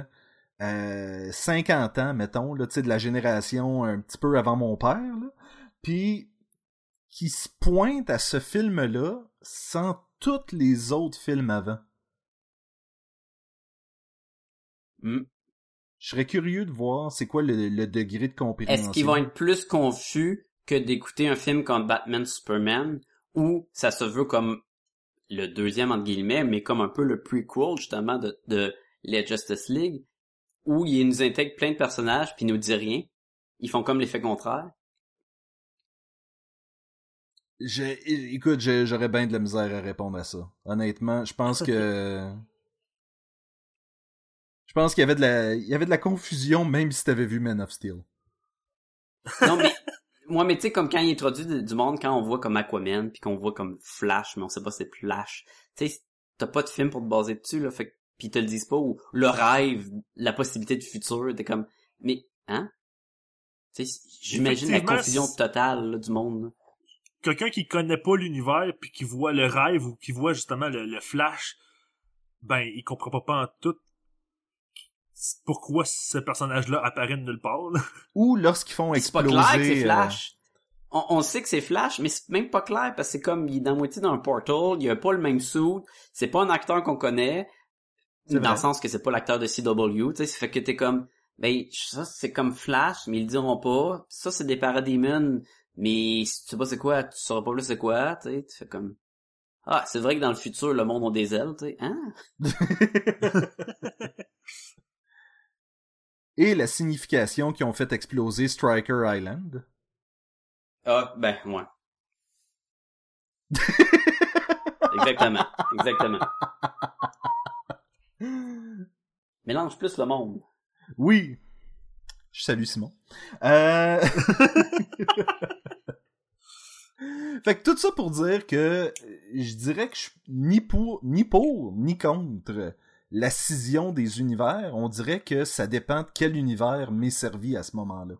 50 ans, mettons, là, tu sais, de la génération un petit peu avant mon père, là, puis qui se pointe à ce film-là sans tous les autres films avant. Mm. Je serais curieux de voir c'est quoi le degré de compréhension. Est-ce qu'ils vont être plus confus que d'écouter un film comme Batman Superman, où ça se veut comme le deuxième entre guillemets, mais comme un peu le prequel justement de la Justice League, où ils nous intègrent plein de personnages puis ils nous disent rien. Ils font comme l'effet contraire. Écoute, j'aurais bien de la misère à répondre à ça. Honnêtement, je pense que... Je pense qu'il y avait de la confusion même si t'avais vu Man of Steel. Non, mais... Moi, mais tu sais, comme quand il introduit du monde, quand on voit comme Aquaman, puis qu'on voit comme Flash, mais on sait pas c'est Flash. Tu sais, t'as pas de film pour te baser dessus, là, fait que, pis ils te le disent pas, ou le rêve, la possibilité du futur, t'es comme, mais, hein? Tu sais, j'imagine la confusion totale, là, du monde, là. Quelqu'un qui connaît pas l'univers, puis qui voit le rêve, ou qui voit justement le Flash, ben, il comprend pas en tout pourquoi ce personnage-là apparaît de nulle part, là. Ou lorsqu'ils font exploser... C'est pas clair que c'est Flash. On sait que c'est Flash, mais c'est même pas clair parce que c'est comme il est dans moitié d'un portal, il a pas le même suit, c'est pas un acteur qu'on connaît, dans le sens que c'est pas l'acteur de CW, tu sais, ça fait que t'es comme, ben ça c'est comme Flash, mais ils le diront pas. Ça c'est des parademons, mais si tu sais pas c'est quoi, tu sauras pas plus c'est quoi, tu sais, tu fais comme, ah c'est vrai que dans le futur le monde a des ailes, tu sais, hein? Et la signification qui ont fait exploser Stryker Island. Ah, ben, ouais. Exactement. Mélange plus le monde. Oui. Je salue Simon. Fait que tout ça pour dire que je dirais que je suis ni pour ni contre la scission des univers. On dirait que ça dépend de quel univers m'est servi à ce moment-là.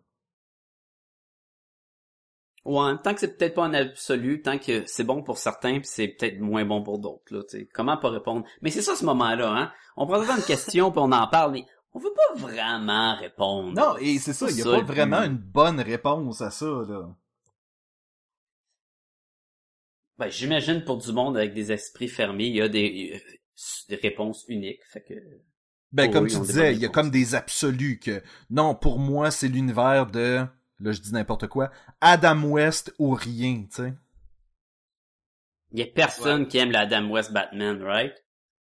Ouais, tant que c'est peut-être pas un absolu, tant que c'est bon pour certains pis c'est peut-être moins bon pour d'autres, là, tu sais. Comment pas répondre? Mais c'est ça ce moment-là, hein? On prend une question puis on en parle, mais on veut pas vraiment répondre. Non, et c'est ça, il y a pas vraiment une bonne réponse à ça, là. Ben, j'imagine pour du monde avec des esprits fermés, il y a des réponses uniques, fait que... Ben, comme eux, tu ils ont des disais, bonnes il y a réponses. comme des absolus que, non, pour moi, c'est l'univers de, là, je dis n'importe quoi, Adam West ou rien, tu sais. Il y a personne qui aime la Adam West Batman, right?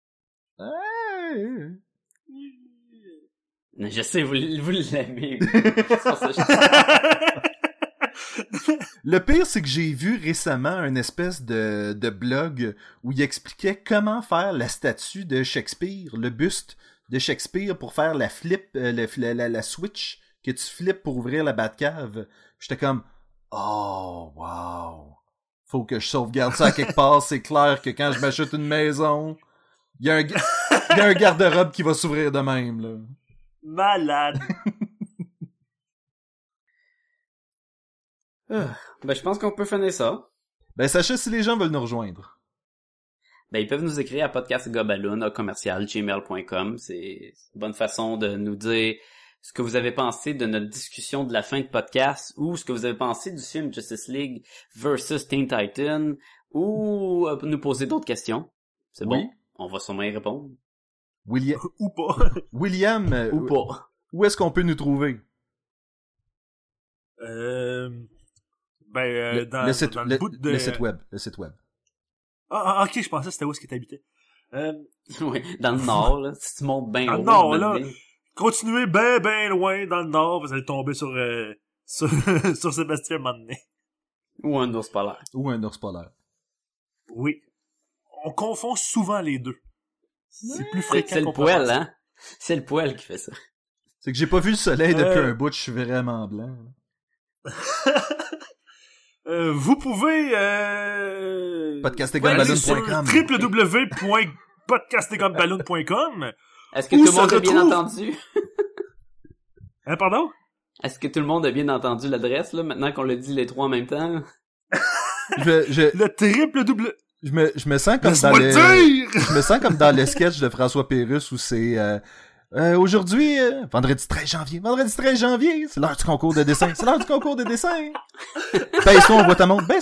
Je sais, vous l'aimez. C'est pour ça que Le pire, c'est que j'ai vu récemment une espèce de blog où il expliquait comment faire la statue de Shakespeare, le buste de Shakespeare pour faire la flip, la switch que tu flippes pour ouvrir la Batcave. J'étais comme, oh, wow. Faut que je sauvegarde ça à quelque part. C'est clair que quand je m'achète une maison, il y a un garde-robe qui va s'ouvrir de même, là. Malade. Ben, je pense qu'on peut finir ça. Ben, sachez si les gens veulent nous rejoindre. Ben, ils peuvent nous écrire à podcastgobaloon@gmail.com. C'est une bonne façon de nous dire ce que vous avez pensé de notre discussion de la fin de podcast, ou ce que vous avez pensé du film Justice League versus Teen Titan, ou nous poser d'autres questions. C'est Oui. bon, on va sûrement y répondre. Ou pas. William, Ou pas. où est-ce qu'on peut nous trouver? Dans le site, dans le bout de... le site web. Le site web. Ok, je pensais que c'était où est-ce que t'habitais. Oui, dans le nord, là, si tu montes bien Dans le haut. nord, dans là. le ville. Continuez ben loin dans le nord, vous allez tomber sur sur Sébastien Manet. Ou un ours polaire. Ou un ours polaire. Oui. On confond souvent les deux. C'est plus C'est fréquent le qu'on poêle, pense. hein? C'est le poêle qui fait ça. C'est que j'ai pas vu le soleil depuis un bout, je suis vraiment blanc. Vous pouvez Podcastegumballoon.com. aller sur www.podcastegumballoon.com. Est-ce que Où tout le monde se a bien retrouve- entendu? Hein, pardon? Est-ce que tout le monde a bien entendu l'adresse, là, maintenant qu'on l'a dit les trois en même temps? Le www... Je me sens comme Laisse-moi le dire! je me sens comme dans le sketch de François Pérusse où c'est aujourd'hui, vendredi 13 janvier, c'est l'heure du concours de dessin, Baisse-toi, on voit ta montre,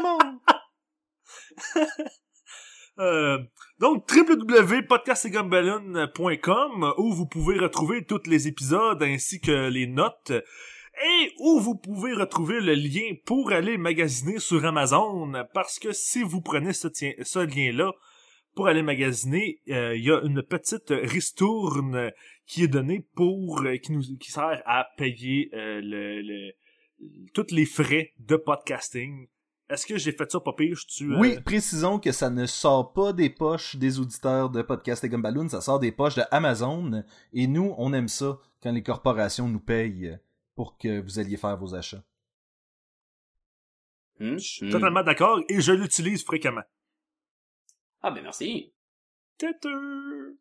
Donc, www.podcastegumballoon.com où vous pouvez retrouver tous les épisodes ainsi que les notes et où vous pouvez retrouver le lien pour aller magasiner sur Amazon parce que si vous prenez ce lien-là pour aller magasiner, il y a une petite ristourne qui est donnée pour qui sert à payer tous les frais de podcasting. Est-ce que j'ai fait ça pas pire? Oui, précisons que ça ne sort pas des poches des auditeurs de Podcast et Gumballoon, ça sort des poches de Amazon, et nous, on aime ça quand les corporations nous payent pour que vous alliez faire vos achats. Je suis totalement d'accord et je l'utilise fréquemment. Ah ben merci. Têteux.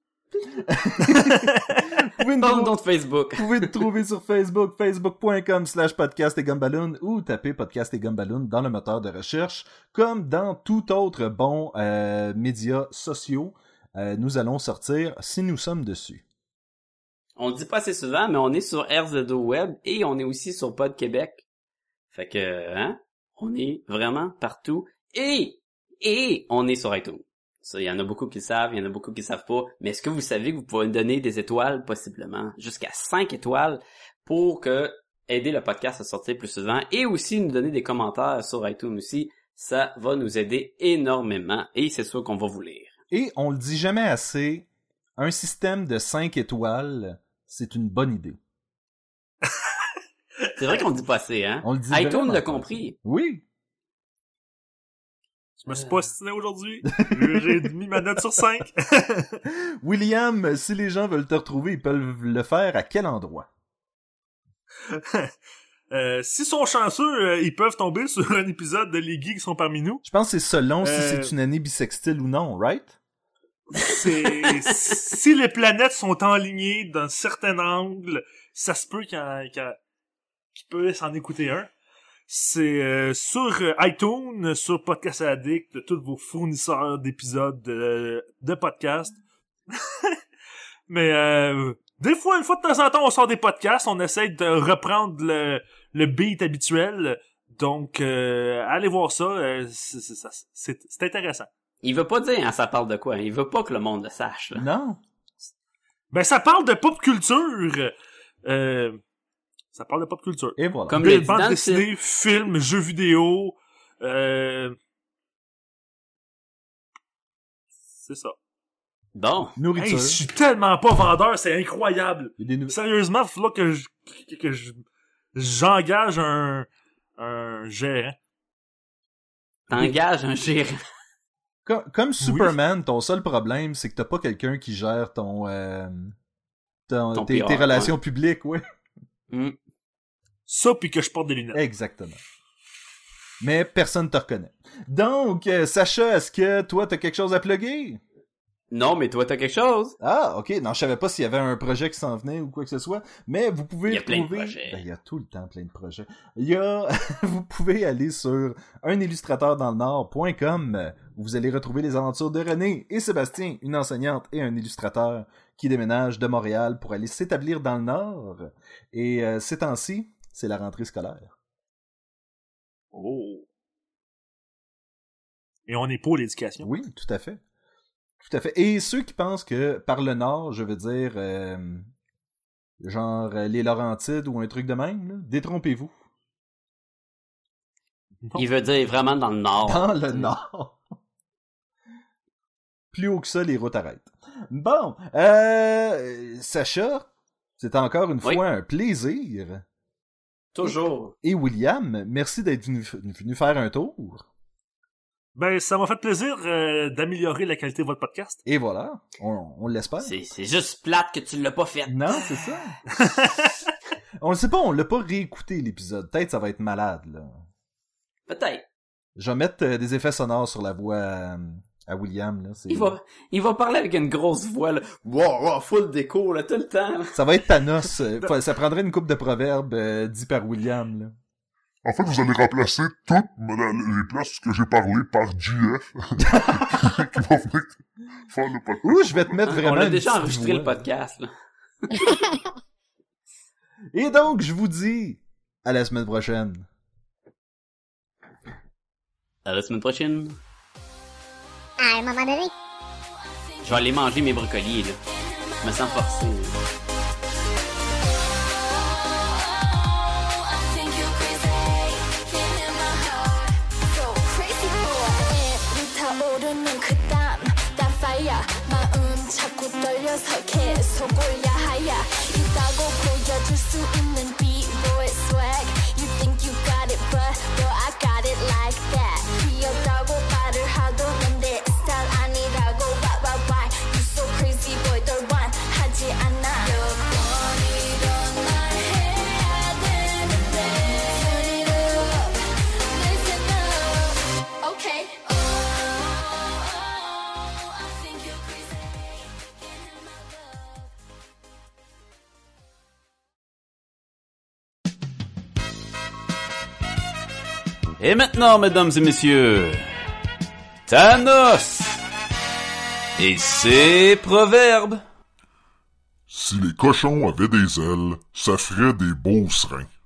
Parle donc de Facebook. Vous pouvez nous trouver sur Facebook, facebook.com/podcast et Gumballoon, ou taper Podcast et Gumballoon dans le moteur de recherche, comme dans tout autre bon médias sociaux. Nous allons sortir si nous sommes dessus. On le dit pas assez souvent, mais on est sur RZO Web et on est aussi sur Pod Québec. Fait que, hein, on est vraiment partout et on est sur iTunes. Ça, il y en a beaucoup qui le savent, il y en a beaucoup qui le savent pas. Mais est-ce que vous savez que vous pouvez donner des étoiles, possiblement, jusqu'à 5 étoiles, pour que aider le podcast à sortir plus souvent, et aussi nous donner des commentaires sur iTunes aussi. Ça va nous aider énormément, et c'est sûr qu'on va vous lire. Et on le dit jamais assez, un système de 5 étoiles, c'est une bonne idée. C'est vrai qu'on le dit pas assez, hein? On le dit iTunes vraiment l'a pas. compris. Oui. Je me suis pas ostiné aujourd'hui. J'ai mis ma note sur 5. William, si les gens veulent te retrouver, ils peuvent le faire à quel endroit? S'ils sont chanceux, ils peuvent tomber sur un épisode de Les Geeks qui sont parmi nous. Je pense que c'est selon si c'est une année bisextile ou non, right? C'est si les planètes sont alignées d'un certain angle, ça se peut qu'il peut s'en écouter un. C'est sur iTunes, sur Podcast Addict, tous vos fournisseurs d'épisodes de podcasts. Mais des fois, une fois de temps en temps, on sort des podcasts, on essaie de reprendre le beat habituel. Donc, allez voir ça, c'est intéressant. Il veut pas dire, hein, ça parle de quoi. Il veut pas que le monde le sache, là. Non. Ben, ça parle de pop culture. Ça parle de pop culture. Et voilà. Comme le dit Bande dans le dessinée, titre. films, jeux vidéo. C'est ça. Bon. Nourriture. Hey, je suis tellement pas vendeur, c'est incroyable. Il y a des Sérieusement, il faut là que j'engage un gérant. T'engages un gérant. Comme Superman, ton seul problème, c'est que t'as pas quelqu'un qui gère tes PR, relations publiques, ouais. Ça, puis que je porte des lunettes. Exactement. Mais personne te reconnaît. Donc, Sacha, est-ce que toi, t'as quelque chose à plugger? Non, mais toi, t'as quelque chose? Ah, ok. Non, je savais pas s'il y avait un projet qui s'en venait ou quoi que ce soit, mais vous pouvez Il y a plein de trouver... projets. Ben, il y a tout le temps plein de projets. Il y a... vous pouvez aller sur unillustrateurdanslenord.com où vous allez retrouver les aventures de René et Sébastien, une enseignante et un illustrateur qui déménagent de Montréal pour aller s'établir dans le Nord. Et ces temps-ci, c'est la rentrée scolaire. Oh. Et on est pour l'éducation. Oui, tout à fait. Tout à fait. Et ceux qui pensent que par le Nord, je veux dire, genre les Laurentides ou un truc de même, là, détrompez-vous. Non. Il veut dire vraiment dans le Nord. Dans le Nord. Plus haut que ça, les routes arrêtent. Bon, Sacha, c'est encore une Oui. fois un plaisir. Toujours. Et William, merci d'être venu faire un tour. Ben, ça m'a fait plaisir d'améliorer la qualité de votre podcast. Et voilà, on l'espère. C'est juste plate que tu l'as pas fait. Non, c'est ça. On le sait pas, on l'a pas réécouté l'épisode. Peut-être ça va être malade, là. Peut-être. Je vais mettre des effets sonores sur la voix à William, là. Il va parler avec une grosse voix, là. Wow, full déco, là, tout le temps, là. Ça va être Thanos. Ça prendrait une couple de proverbes dit par William, là. En fait, vous allez remplacer toutes les places que j'ai parlé par GF qui vont venir faire le podcast. Ou je vais te mettre vraiment On a une déjà petite enregistré voix. le podcast, là. Et donc, je vous dis à la semaine prochaine. À la semaine prochaine. À un moment donné. Je vais aller manger mes brocolis, là. Je me sens forcé, là. 자꾸 떨려서 계속 올려하야 있다고 보여줄 수 있는 B-boy swag You think you got it but well I got it like that 귀엽다고 말을 하도 넌 내 스타일 아니라고 why You so crazy boy 널 완하지 않아 몇 번이던 말 해야 되는데 Turn it up, listen up Okay I think you're crazy Et maintenant, mesdames et messieurs, Thanos et ses proverbes. Si les cochons avaient des ailes, ça ferait des beaux serins.